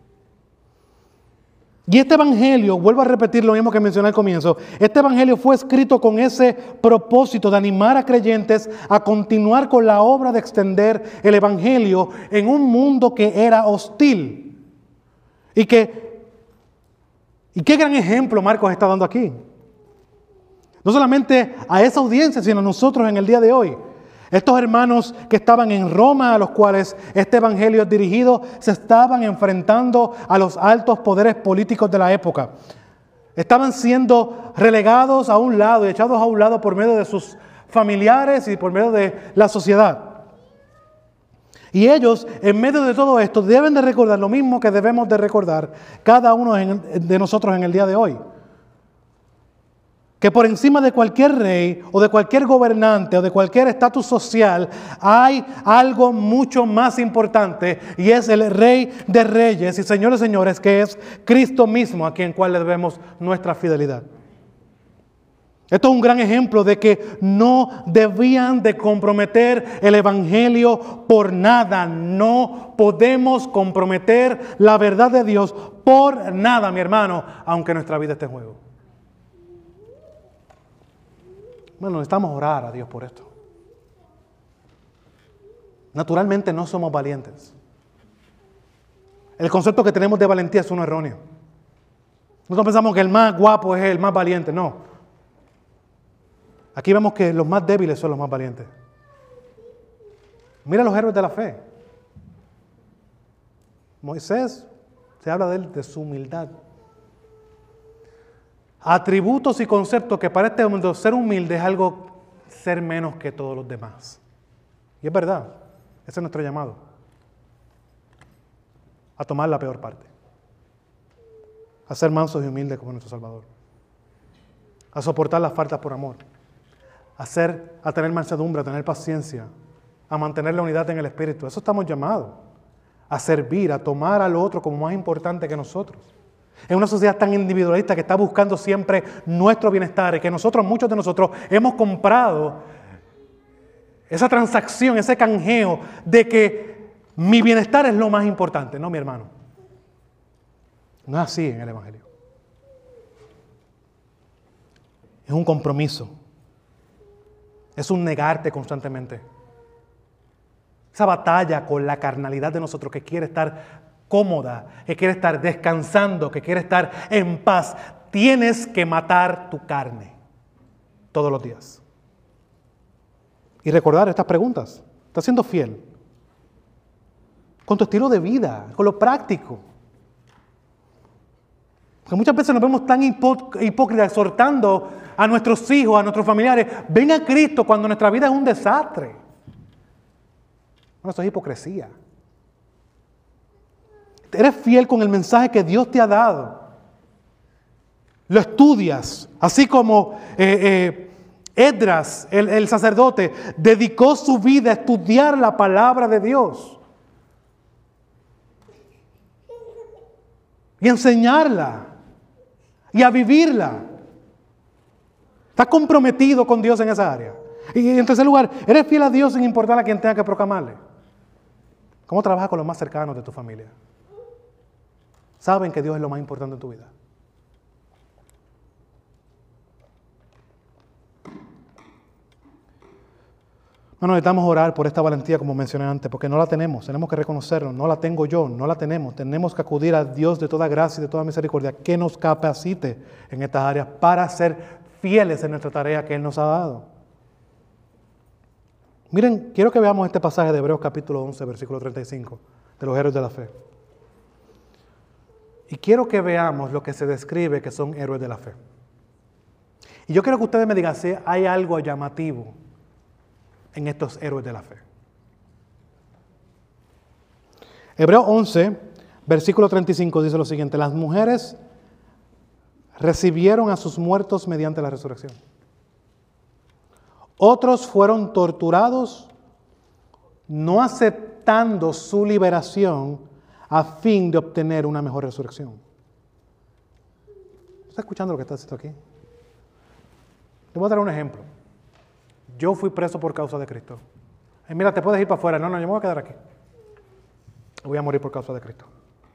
Y este evangelio, vuelvo a repetir lo mismo que mencioné al comienzo, este evangelio fue escrito con ese propósito de animar a creyentes a continuar con la obra de extender el evangelio en un mundo que era hostil. Y que, y qué gran ejemplo Marcos está dando aquí. No solamente a esa audiencia, sino a nosotros en el día de hoy. Estos hermanos que estaban en Roma, a los cuales este evangelio es dirigido, se estaban enfrentando a los altos poderes políticos de la época. Estaban siendo relegados a un lado y echados a un lado por medio de sus familiares y por medio de la sociedad. Y ellos, en medio de todo esto, deben de recordar lo mismo que debemos de recordar cada uno de nosotros en el día de hoy. Que por encima de cualquier rey o de cualquier gobernante o de cualquier estatus social hay algo mucho más importante y es el Rey de Reyes y Señores de Señores, que es Cristo mismo, a quien cual le debemos nuestra fidelidad. Esto es un gran ejemplo de que no debían de comprometer el evangelio por nada. No podemos comprometer la verdad de Dios por nada, mi hermano, aunque nuestra vida esté en juego. Bueno, necesitamos orar a Dios por esto. Naturalmente no somos valientes. El concepto que tenemos de valentía es uno erróneo. Nosotros pensamos que el más guapo es el más valiente. No. Aquí vemos que los más débiles son los más valientes. Mira los héroes de la fe. Moisés, se habla de él, de su humildad. atributos y conceptos que para este mundo ser humilde es algo ser menos que todos los demás. Y es verdad, ese es nuestro llamado. A tomar la peor parte. A ser mansos y humildes como nuestro Salvador. A soportar las faltas por amor. A, ser, a tener mansedumbre, a tener paciencia. A mantener la unidad en el Espíritu. Eso estamos llamados. A servir, a tomar al otro como más importante que nosotros. Es una sociedad tan individualista que está buscando siempre nuestro bienestar y que nosotros, muchos de nosotros, hemos comprado esa transacción, ese canjeo de que mi bienestar es lo más importante. No, mi hermano. No es así en el Evangelio. Es un compromiso. Es un negarte constantemente. Esa batalla con la carnalidad de nosotros que quiere estar cómoda, que quiere estar descansando, que quiere estar en paz. Tienes que matar tu carne todos los días. Y recordar estas preguntas. ¿Estás siendo fiel? Con tu estilo de vida, con lo práctico. Porque muchas veces nos vemos tan hipó hipócritas exhortando a nuestros hijos, a nuestros familiares, ven a Cristo cuando nuestra vida es un desastre. Bueno, eso es hipocresía. Eres fiel con el mensaje que Dios te ha dado. Lo estudias, así como eh, eh, Esdras, el, el sacerdote, dedicó su vida a estudiar la palabra de Dios y enseñarla y a vivirla. Estás comprometido con Dios en esa área. Y en tercer lugar, eres fiel a Dios sin importar a quien tenga que proclamarle. ¿Cómo trabajas con los más cercanos de tu familia? ¿Saben que Dios es lo más importante en tu vida? Bueno, necesitamos orar por esta valentía, como mencioné antes, porque no la tenemos, tenemos que reconocerlo, no la tengo yo, no la tenemos. Tenemos que acudir a Dios de toda gracia y de toda misericordia, que nos capacite en estas áreas para ser fieles en nuestra tarea que Él nos ha dado. Miren, quiero que veamos este pasaje de Hebreos capítulo once, versículo treinta y cinco, de los héroes de la fe. Y quiero que veamos lo que se describe que son héroes de la fe. Y yo quiero que ustedes me digan si hay algo llamativo en estos héroes de la fe. Hebreos once, versículo treinta y cinco dice lo siguiente: las mujeres recibieron a sus muertos mediante la resurrección. Otros fueron torturados, no aceptando su liberación a fin de obtener una mejor resurrección. ¿Está escuchando lo que está haciendo aquí? Te voy a dar un ejemplo. Yo fui preso por causa de Cristo. Y mira, te puedes ir para afuera. No, no, yo me voy a quedar aquí. Voy a morir por causa de Cristo.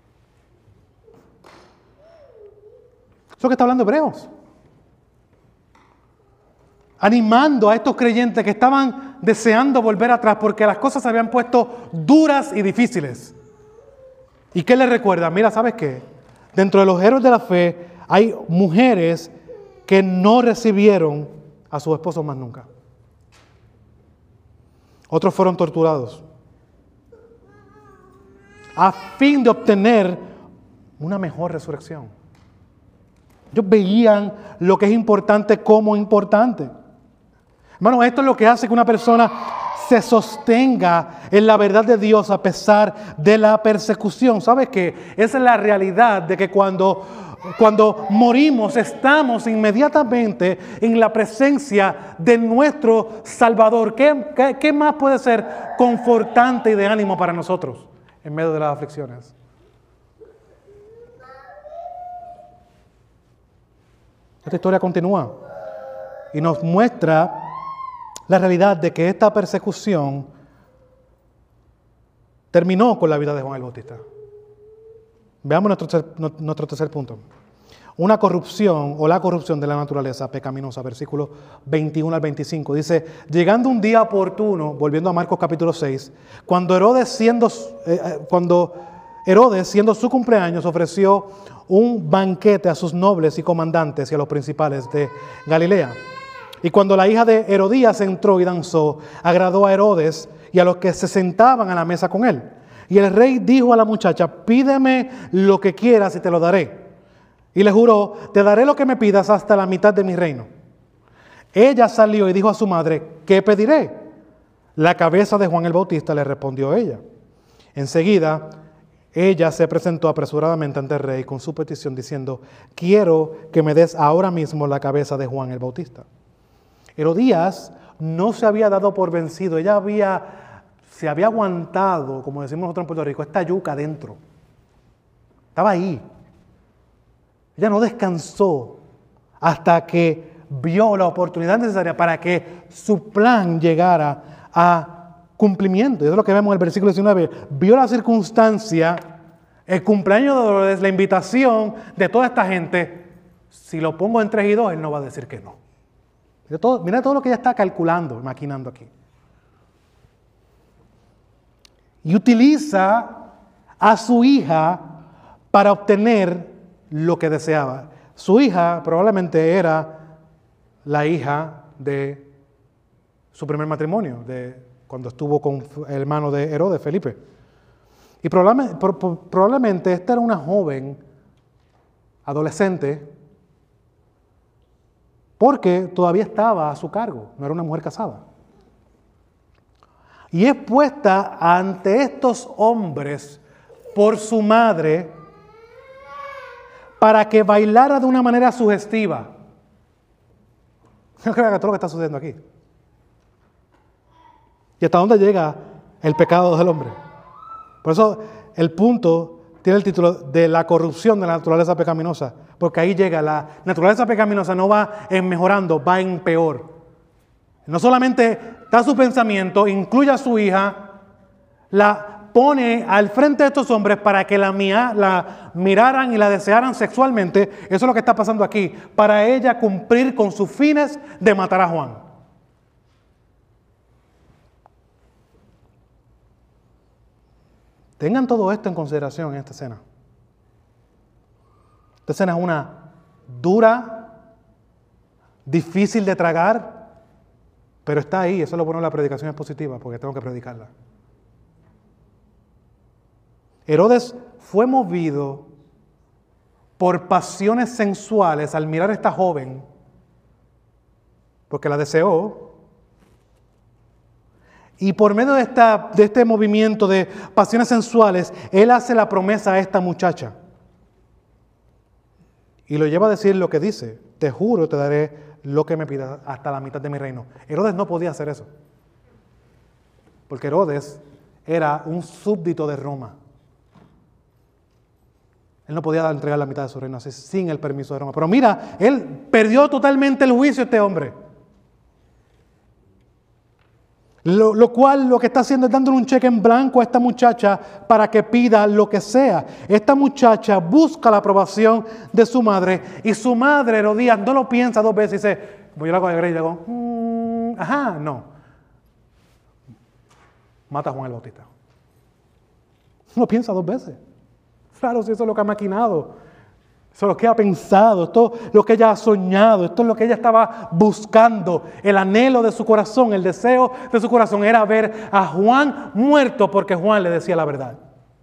Eso es lo que está hablando Hebreos. Animando a estos creyentes que estaban deseando volver atrás porque las cosas se habían puesto duras y difíciles. ¿Y qué les recuerda? Mira, ¿sabes qué? Dentro de los héroes de la fe hay mujeres que no recibieron a sus esposos más nunca. Otros fueron torturados a fin de obtener una mejor resurrección. Ellos veían lo que es importante como importante. Hermano, esto es lo que hace que una persona se sostenga en la verdad de Dios a pesar de la persecución. ¿Sabes qué? Esa es la realidad de que cuando, cuando morimos estamos inmediatamente en la presencia de nuestro Salvador. ¿Qué, qué, qué más puede ser confortante y de ánimo para nosotros en medio de las aflicciones? Esta historia continúa y nos muestra la realidad de que esta persecución terminó con la vida de Juan el Bautista. Veamos nuestro, nuestro tercer punto. Una corrupción o la corrupción de la naturaleza pecaminosa, versículos veintiuno al veinticinco. Dice, llegando un día oportuno, volviendo a Marcos capítulo seis, cuando Herodes siendo, eh, cuando Herodes, siendo su cumpleaños, ofreció un banquete a sus nobles y comandantes y a los principales de Galilea. Y cuando la hija de Herodías entró y danzó, agradó a Herodes y a los que se sentaban a la mesa con él. Y el rey dijo a la muchacha, pídeme lo que quieras y te lo daré. Y le juró, te daré lo que me pidas hasta la mitad de mi reino. Ella salió y dijo a su madre, ¿qué pediré? La cabeza de Juan el Bautista, le respondió ella. Enseguida, ella se presentó apresuradamente ante el rey con su petición diciendo, quiero que me des ahora mismo la cabeza de Juan el Bautista. Herodías no se había dado por vencido, ella había, se había aguantado, como decimos nosotros en Puerto Rico, esta yuca adentro. Estaba ahí. Ella no descansó hasta que vio la oportunidad necesaria para que su plan llegara a cumplimiento. Y eso es lo que vemos en el versículo diecinueve. Vio la circunstancia, el cumpleaños de Dolores, la invitación de toda esta gente. Si lo pongo en tres y dos, él no va a decir que no. Mira todo, mira todo lo que ella está calculando, maquinando aquí. Y utiliza a su hija para obtener lo que deseaba. Su hija probablemente era la hija de su primer matrimonio, de cuando estuvo con el hermano de Herodes, Felipe. Y probablemente, probablemente esta era una joven adolescente porque todavía estaba a su cargo, no era una mujer casada. Y es puesta ante estos hombres por su madre para que bailara de una manera sugestiva. No crean que todo lo que está sucediendo aquí. ¿Y hasta dónde llega el pecado del hombre? Por eso el punto tiene el título de la corrupción de la naturaleza pecaminosa, porque ahí llega, la naturaleza pecaminosa no va en mejorando, va en peor. No solamente da su pensamiento, incluye a su hija, la pone al frente de estos hombres para que la, mia, la miraran y la desearan sexualmente. Eso es lo que está pasando aquí, para ella cumplir con sus fines de matar a Juan. Tengan todo esto en consideración en esta escena. Esta escena es una dura, difícil de tragar, pero está ahí. Eso lo bueno, la predicación es positiva, porque tengo que predicarla. Herodes fue movido por pasiones sensuales al mirar a esta joven, porque la deseó. Y por medio de, esta, de este movimiento de pasiones sensuales, él hace la promesa a esta muchacha. Y lo lleva a decir lo que dice, te juro, te daré lo que me pidas hasta la mitad de mi reino. Herodes no podía hacer eso, porque Herodes era un súbdito de Roma. Él no podía entregar la mitad de su reino así, sin el permiso de Roma. Pero mira, él perdió totalmente el juicio, este hombre. Lo, lo cual lo que está haciendo es dándole un cheque en blanco a esta muchacha para que pida lo que sea. Esta muchacha busca la aprobación de su madre y su madre, Herodías, no lo piensa dos veces y dice, voy a la cosa y le digo, mmm, ajá, no. Mata a Juan el Bautista. No lo piensa dos veces. Claro, si eso es lo que ha maquinado. Eso es lo que ha pensado, esto es lo que ella ha soñado, esto es lo que ella estaba buscando. El anhelo de su corazón, el deseo de su corazón era ver a Juan muerto porque Juan le decía la verdad.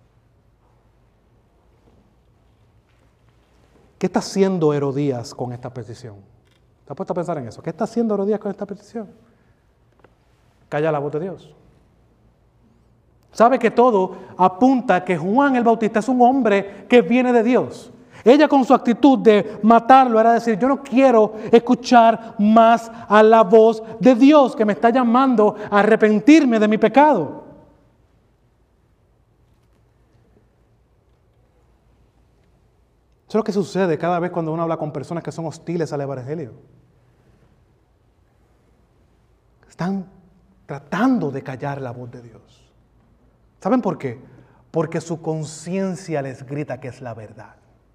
¿Qué está haciendo Herodías con esta petición? ¿Te has puesto a pensar en eso? ¿Qué está haciendo Herodías con esta petición? Calla la voz de Dios. Sabe que todo apunta a que Juan el Bautista es un hombre que viene de Dios. Ella con su actitud de matarlo era decir, yo no quiero escuchar más a la voz de Dios que me está llamando a arrepentirme de mi pecado. Eso es lo que sucede cada vez cuando uno habla con personas que son hostiles al Evangelio. Están tratando de callar la voz de Dios. ¿Saben por qué? Porque su conciencia les grita que es la verdad.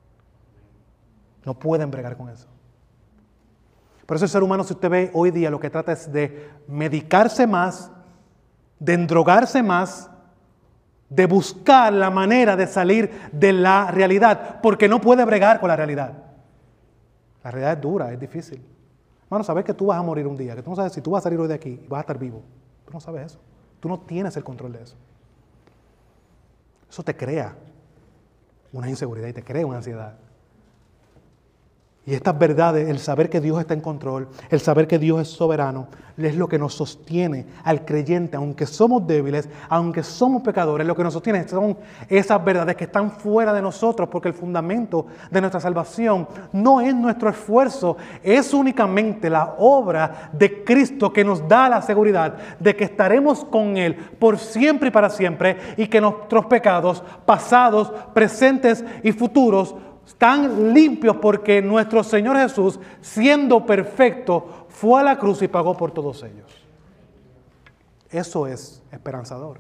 No pueden bregar con eso. Por eso el ser humano, si usted ve hoy día, lo que trata es de medicarse más, de endrogarse más, de buscar la manera de salir de la realidad, porque no puede bregar con la realidad. La realidad es dura, es difícil. Hermano, sabes que tú vas a morir un día, que tú no sabes si tú vas a salir hoy de aquí y vas a estar vivo. Tú no sabes eso. Tú no tienes el control de eso. Eso te crea una inseguridad y te crea una ansiedad. Y estas verdades, el saber que Dios está en control, el saber que Dios es soberano, es lo que nos sostiene al creyente, aunque somos débiles, aunque somos pecadores, lo que nos sostiene son esas verdades que están fuera de nosotros, porque el fundamento de nuestra salvación no es nuestro esfuerzo, es únicamente la obra de Cristo que nos da la seguridad de que estaremos con Él por siempre y para siempre, y que nuestros pecados pasados, presentes y futuros están limpios porque nuestro Señor Jesús, siendo perfecto, fue a la cruz y pagó por todos ellos. Eso es esperanzador.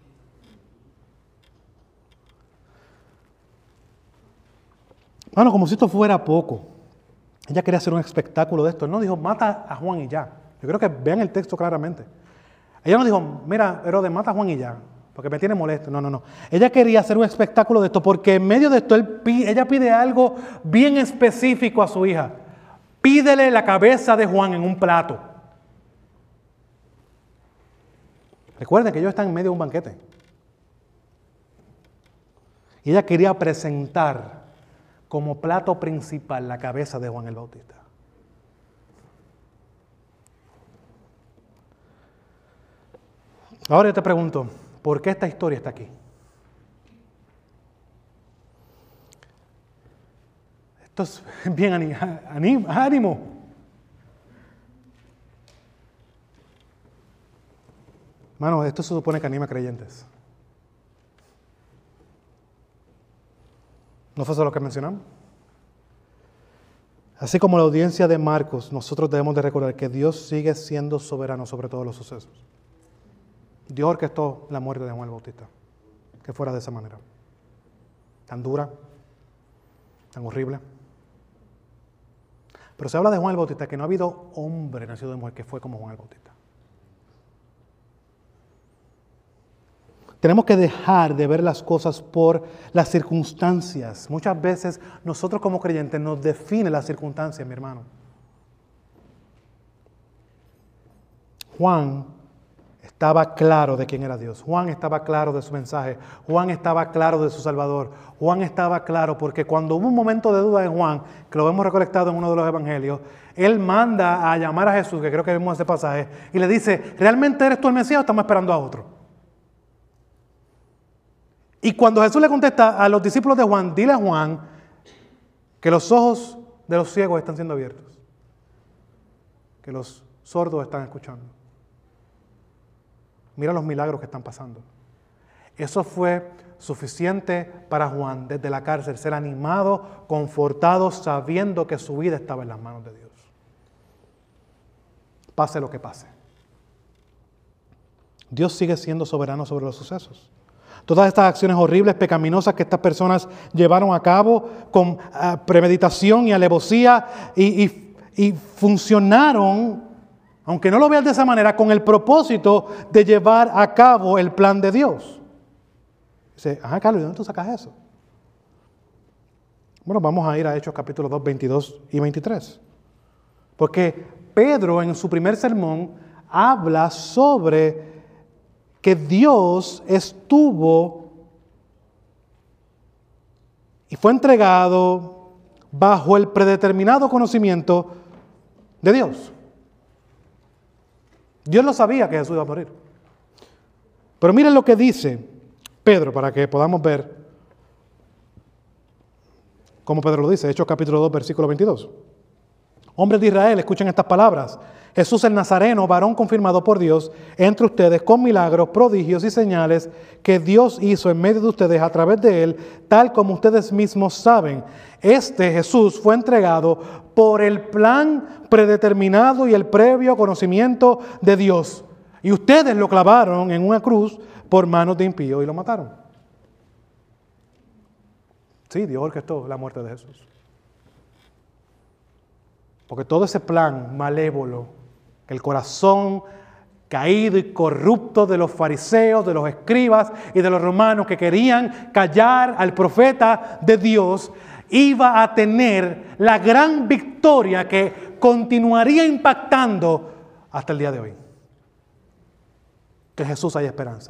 Bueno, como si esto fuera poco, ella quería hacer un espectáculo de esto. Él no dijo, mata a Juan y ya. Yo creo que vean el texto claramente. Ella no dijo, mira, Herodes, mata a Juan y ya, porque me tiene molesto. No, no, no. Ella quería hacer un espectáculo de esto, porque en medio de esto él, ella pide algo bien específico a su hija. Pídele la cabeza de Juan en un plato. Recuerden que ellos están en medio de un banquete. Y ella quería presentar como plato principal la cabeza de Juan el Bautista. Ahora yo te pregunto, ¿por qué esta historia está aquí? Esto es bien ánimo. ánimo. Hermano, esto se supone que anima a creyentes. ¿No fue eso lo que mencionamos? Así como la audiencia de Marcos, nosotros debemos de recordar que Dios sigue siendo soberano sobre todos los sucesos. Dios orquestó la muerte de Juan el Bautista, que fuera de esa manera. Tan dura, tan horrible. Pero se habla de Juan el Bautista, que no ha habido hombre nacido de mujer que fue como Juan el Bautista. Tenemos que dejar de ver las cosas por las circunstancias. Muchas veces nosotros como creyentes nos define las circunstancias, mi hermano. Juan estaba claro de quién era Dios. Juan estaba claro de su mensaje. Juan estaba claro de su Salvador. Juan estaba claro porque cuando hubo un momento de duda en Juan, que lo hemos recolectado en uno de los evangelios, él manda a llamar a Jesús, que creo que vimos ese pasaje, y le dice, ¿realmente eres tú el Mesías o estamos esperando a otro? Y cuando Jesús le contesta a los discípulos de Juan, dile a Juan que los ojos de los ciegos están siendo abiertos, que los sordos están escuchando. Mira los milagros que están pasando. Eso fue suficiente para Juan desde la cárcel, ser animado, confortado, sabiendo que su vida estaba en las manos de Dios. Pase lo que pase. Dios sigue siendo soberano sobre los sucesos. Todas estas acciones horribles, pecaminosas que estas personas llevaron a cabo con uh, premeditación y alevosía y, y, y funcionaron, aunque no lo veas de esa manera, con el propósito de llevar a cabo el plan de Dios. Dice, ajá, Carlos, ¿de dónde tú sacas eso? Bueno, vamos a ir a Hechos capítulo dos, veintidós y veintitrés. Porque Pedro en su primer sermón habla sobre que Dios estuvo y fue entregado bajo el predeterminado conocimiento de Dios. Dios lo sabía que Jesús iba a morir. Pero miren lo que dice Pedro, para que podamos ver cómo Pedro lo dice. Hechos capítulo dos, versículo veintidós. Hombres de Israel, escuchen estas palabras. Jesús el Nazareno, varón confirmado por Dios entre ustedes con milagros, prodigios y señales que Dios hizo en medio de ustedes a través de él, tal como ustedes mismos saben. Este Jesús fue entregado por el plan predeterminado y el previo conocimiento de Dios. Y ustedes lo clavaron en una cruz por manos de impíos y lo mataron. Sí, Dios orquestó la muerte de Jesús. Porque todo ese plan malévolo, el corazón caído y corrupto de los fariseos, de los escribas y de los romanos que querían callar al profeta de Dios, iba a tener la gran victoria que continuaría impactando hasta el día de hoy. Que en Jesús hay esperanza.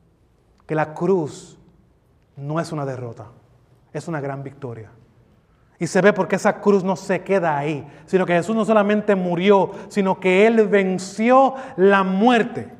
Que la cruz no es una derrota, es una gran victoria. Y se ve porque esa cruz no se queda ahí, sino que Jesús no solamente murió, sino que Él venció la muerte.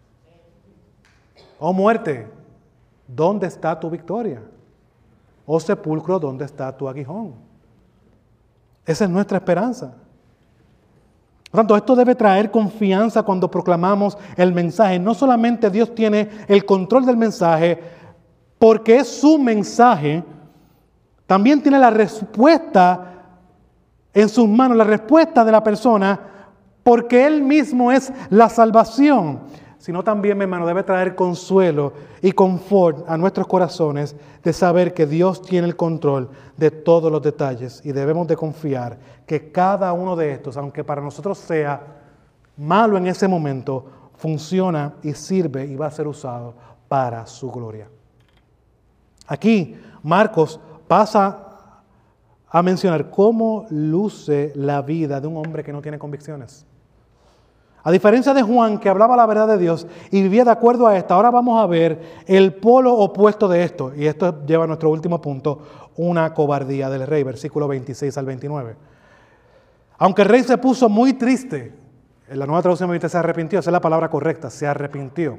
Oh muerte, ¿dónde está tu victoria? Oh sepulcro, ¿dónde está tu aguijón? Esa es nuestra esperanza. Por tanto, esto debe traer confianza cuando proclamamos el mensaje. No solamente Dios tiene el control del mensaje, porque es su mensaje, también tiene la respuesta en sus manos, la respuesta de la persona, porque Él mismo es la salvación. Sino también, mi hermano, debe traer consuelo y confort a nuestros corazones de saber que Dios tiene el control de todos los detalles y debemos de confiar que cada uno de estos, aunque para nosotros sea malo en ese momento, funciona y sirve y va a ser usado para su gloria. Aquí Marcos pasa a mencionar cómo luce la vida de un hombre que no tiene convicciones. A diferencia de Juan, que hablaba la verdad de Dios y vivía de acuerdo a esta, ahora vamos a ver el polo opuesto de esto. Y esto lleva a nuestro último punto, una cobardía del rey, versículo veintiséis al veintinueve. Aunque el rey se puso muy triste, en la nueva traducción me dice se arrepintió, esa es la palabra correcta, se arrepintió.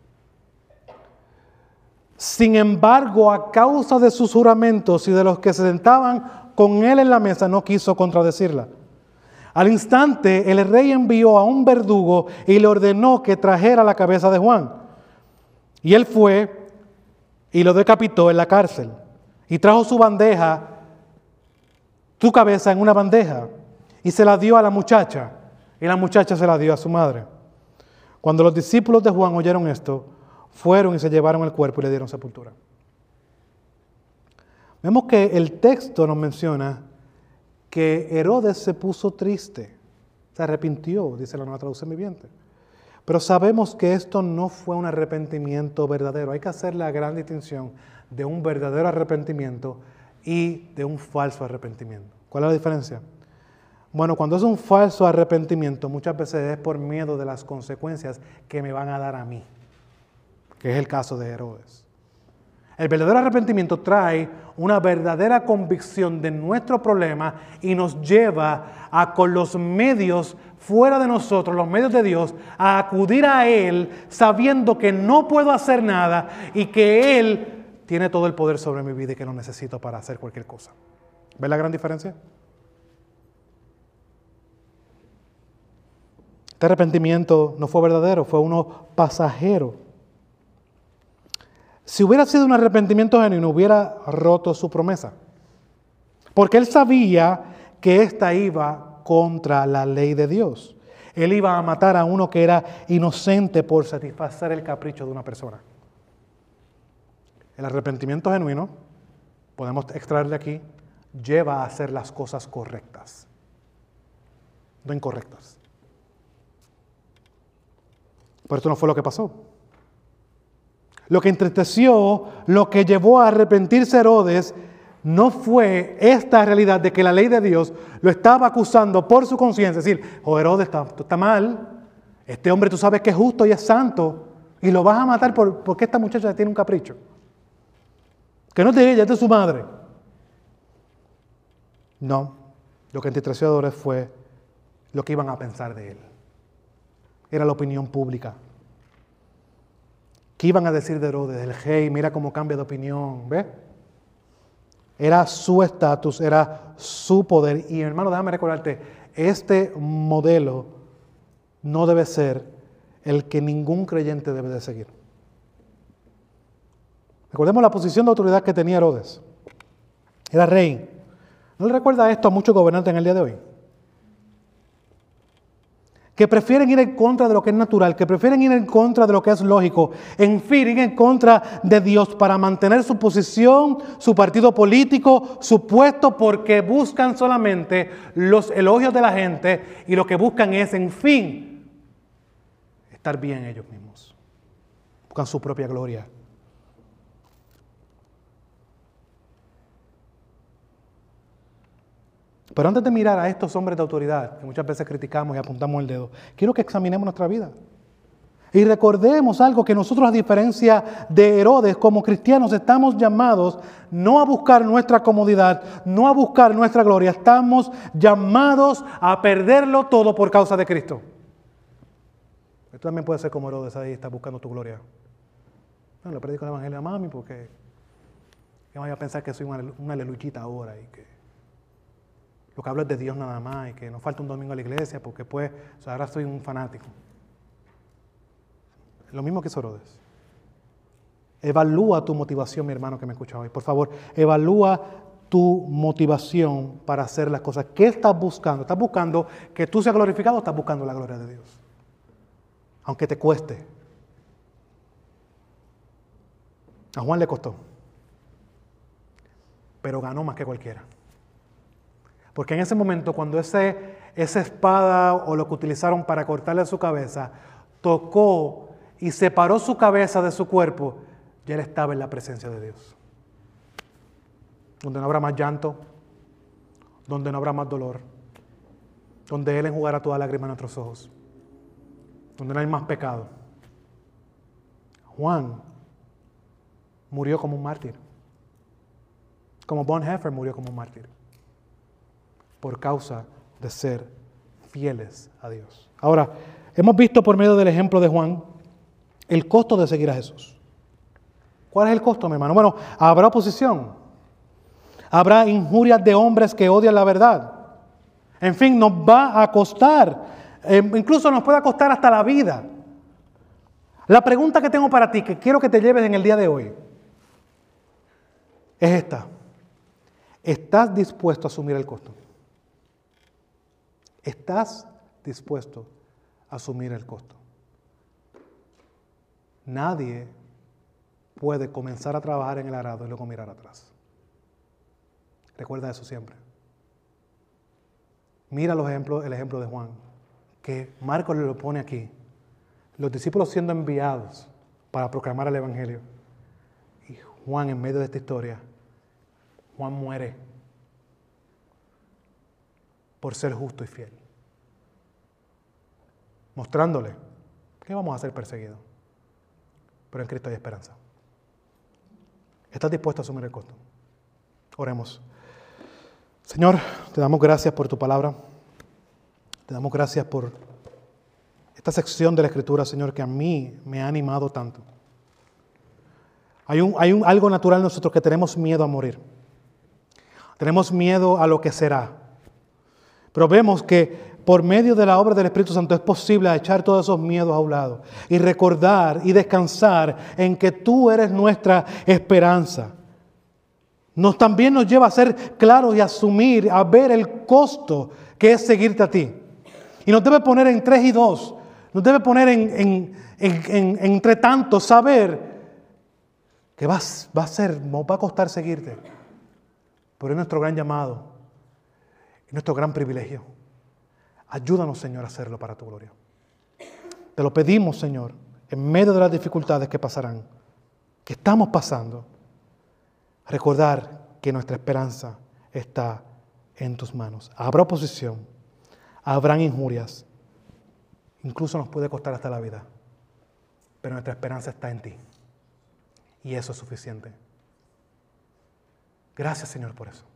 Sin embargo, a causa de sus juramentos y de los que se sentaban con él en la mesa, no quiso contradecirla. Al instante, el rey envió a un verdugo y le ordenó que trajera la cabeza de Juan. Y él fue y lo decapitó en la cárcel. Y trajo su bandeja, su cabeza en una bandeja, y se la dio a la muchacha. Y la muchacha se la dio a su madre. Cuando los discípulos de Juan oyeron esto, fueron y se llevaron el cuerpo y le dieron sepultura. Vemos que el texto nos menciona que Herodes se puso triste, se arrepintió, dice la nueva traducción viviente. Pero sabemos que esto no fue un arrepentimiento verdadero. Hay que hacer la gran distinción de un verdadero arrepentimiento y de un falso arrepentimiento. ¿Cuál es la diferencia? Bueno, cuando es un falso arrepentimiento, muchas veces es por miedo de las consecuencias que me van a dar a mí, que es el caso de Herodes. El verdadero arrepentimiento trae una verdadera convicción de nuestro problema y nos lleva a, con los medios fuera de nosotros, los medios de Dios, a acudir a Él sabiendo que no puedo hacer nada y que Él tiene todo el poder sobre mi vida y que no necesito para hacer cualquier cosa. ¿Ves la gran diferencia? Este arrepentimiento no fue verdadero, fue uno pasajero. Si hubiera sido un arrepentimiento genuino, hubiera roto su promesa. Porque él sabía que ésta iba contra la ley de Dios. Él iba a matar a uno que era inocente por satisfacer el capricho de una persona. El arrepentimiento genuino, podemos extraer de aquí, lleva a hacer las cosas correctas, no incorrectas. Pero esto no fue lo que pasó. Lo que entristeció, lo que llevó a arrepentirse Herodes, no fue esta realidad de que la ley de Dios lo estaba acusando por su conciencia. Es decir, oh Herodes, está, está mal, este hombre tú sabes que es justo y es santo, y lo vas a matar por, porque esta muchacha tiene un capricho. Que no es de ella, es de su madre. No, lo que entristeció a Herodes fue lo que iban a pensar de él. Era la opinión pública. ¿Qué iban a decir de Herodes? El rey, mira cómo cambia de opinión, ¿ves? Era su estatus, era su poder. Y hermano, déjame recordarte, este modelo no debe ser el que ningún creyente debe de seguir. Recordemos la posición de autoridad que tenía Herodes. Era rey. ¿No le recuerda esto a muchos gobernantes en el día de hoy? Que prefieren ir en contra de lo que es natural, que prefieren ir en contra de lo que es lógico, en fin, ir en contra de Dios para mantener su posición, su partido político, su puesto, porque buscan solamente los elogios de la gente y lo que buscan es, en fin, estar bien ellos mismos. Buscan su propia gloria. Pero antes de mirar a estos hombres de autoridad, que muchas veces criticamos y apuntamos el dedo, quiero que examinemos nuestra vida. Y recordemos algo, que nosotros, a diferencia de Herodes, como cristianos estamos llamados no a buscar nuestra comodidad, no a buscar nuestra gloria, estamos llamados a perderlo todo por causa de Cristo. Tú también puedes ser como Herodes, ahí estás buscando tu gloria. No, le predico el evangelio a mami porque que vaya a pensar que soy una, una aleluyita ahora y que lo que hablo es de Dios nada más y que no falta un domingo a la iglesia porque pues o sea, ahora soy un fanático. Lo mismo que hizo Herodes. Evalúa tu motivación, mi hermano que me escucha hoy. Por favor, evalúa tu motivación para hacer las cosas. ¿Qué estás buscando? ¿Estás buscando que tú seas glorificado o estás buscando la gloria de Dios? Aunque te cueste. A Juan le costó, pero ganó más que cualquiera. Porque en ese momento, cuando ese, esa espada o lo que utilizaron para cortarle su cabeza, tocó y separó su cabeza de su cuerpo, ya él estaba en la presencia de Dios. Donde no habrá más llanto, donde no habrá más dolor, donde Él enjugará toda lágrima en nuestros ojos, donde no hay más pecado. Juan murió como un mártir, como Bonhoeffer murió como un mártir, por causa de ser fieles a Dios. Ahora, hemos visto por medio del ejemplo de Juan el costo de seguir a Jesús. ¿Cuál es el costo, mi hermano? Bueno, habrá oposición. Habrá injurias de hombres que odian la verdad. En fin, nos va a costar. Eh, incluso nos puede costar hasta la vida. La pregunta que tengo para ti, que quiero que te lleves en el día de hoy, es esta. ¿Estás dispuesto a asumir el costo? ¿Estás dispuesto a asumir el costo? Nadie puede comenzar a trabajar en el arado y luego mirar atrás. Recuerda eso siempre. Mira los ejemplos, el ejemplo de Juan, que Marcos le lo pone aquí. Los discípulos siendo enviados para proclamar el evangelio. Y Juan, en medio de esta historia, Juan muere por ser justo y fiel. Mostrándole que vamos a ser perseguidos. Pero en Cristo hay esperanza. ¿Estás dispuesto a asumir el costo? Oremos. Señor, te damos gracias por tu palabra. Te damos gracias por esta sección de la Escritura, Señor, que a mí me ha animado tanto. Hay, un, hay un, algo natural en nosotros, que tenemos miedo a morir. Tenemos miedo a lo que será. Pero vemos que por medio de la obra del Espíritu Santo es posible echar todos esos miedos a un lado y recordar y descansar en que tú eres nuestra esperanza. Nos también nos lleva a ser claros y asumir, a ver el costo que es seguirte a ti. Y nos debe poner en tres y dos. Nos debe poner en, en, en, en entre tanto, saber que va, va a ser, nos va a costar seguirte. Pero es nuestro gran llamado, es nuestro gran privilegio. Ayúdanos, Señor, a hacerlo para tu gloria. Te lo pedimos, Señor, en medio de las dificultades que pasarán, que estamos pasando. Recordar que nuestra esperanza está en tus manos. Habrá oposición, habrán injurias, incluso nos puede costar hasta la vida, pero nuestra esperanza está en ti y eso es suficiente. Gracias, Señor, por eso.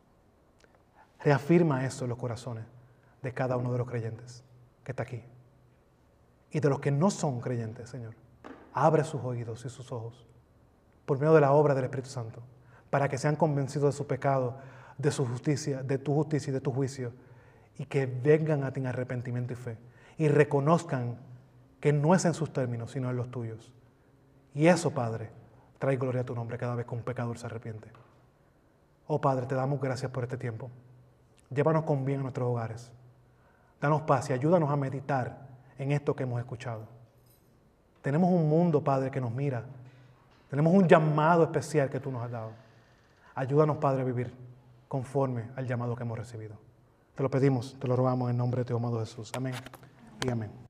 Reafirma eso en los corazones de cada uno de los creyentes que está aquí y de los que no son creyentes, Señor. Abre sus oídos y sus ojos por medio de la obra del Espíritu Santo, para que sean convencidos de su pecado, de su justicia, de tu justicia y de tu juicio, y que vengan a ti en arrepentimiento y fe, y reconozcan que no es en sus términos, sino en los tuyos. Y eso, Padre, trae gloria a tu nombre cada vez que un pecador se arrepiente. Oh Padre, te damos gracias por este tiempo. Llévanos con bien a nuestros hogares. Danos paz y ayúdanos a meditar en esto que hemos escuchado. Tenemos un mundo, Padre, que nos mira. Tenemos un llamado especial que tú nos has dado. Ayúdanos, Padre, a vivir conforme al llamado que hemos recibido. Te lo pedimos, te lo rogamos en nombre de tu amado Jesús. Amén y amén.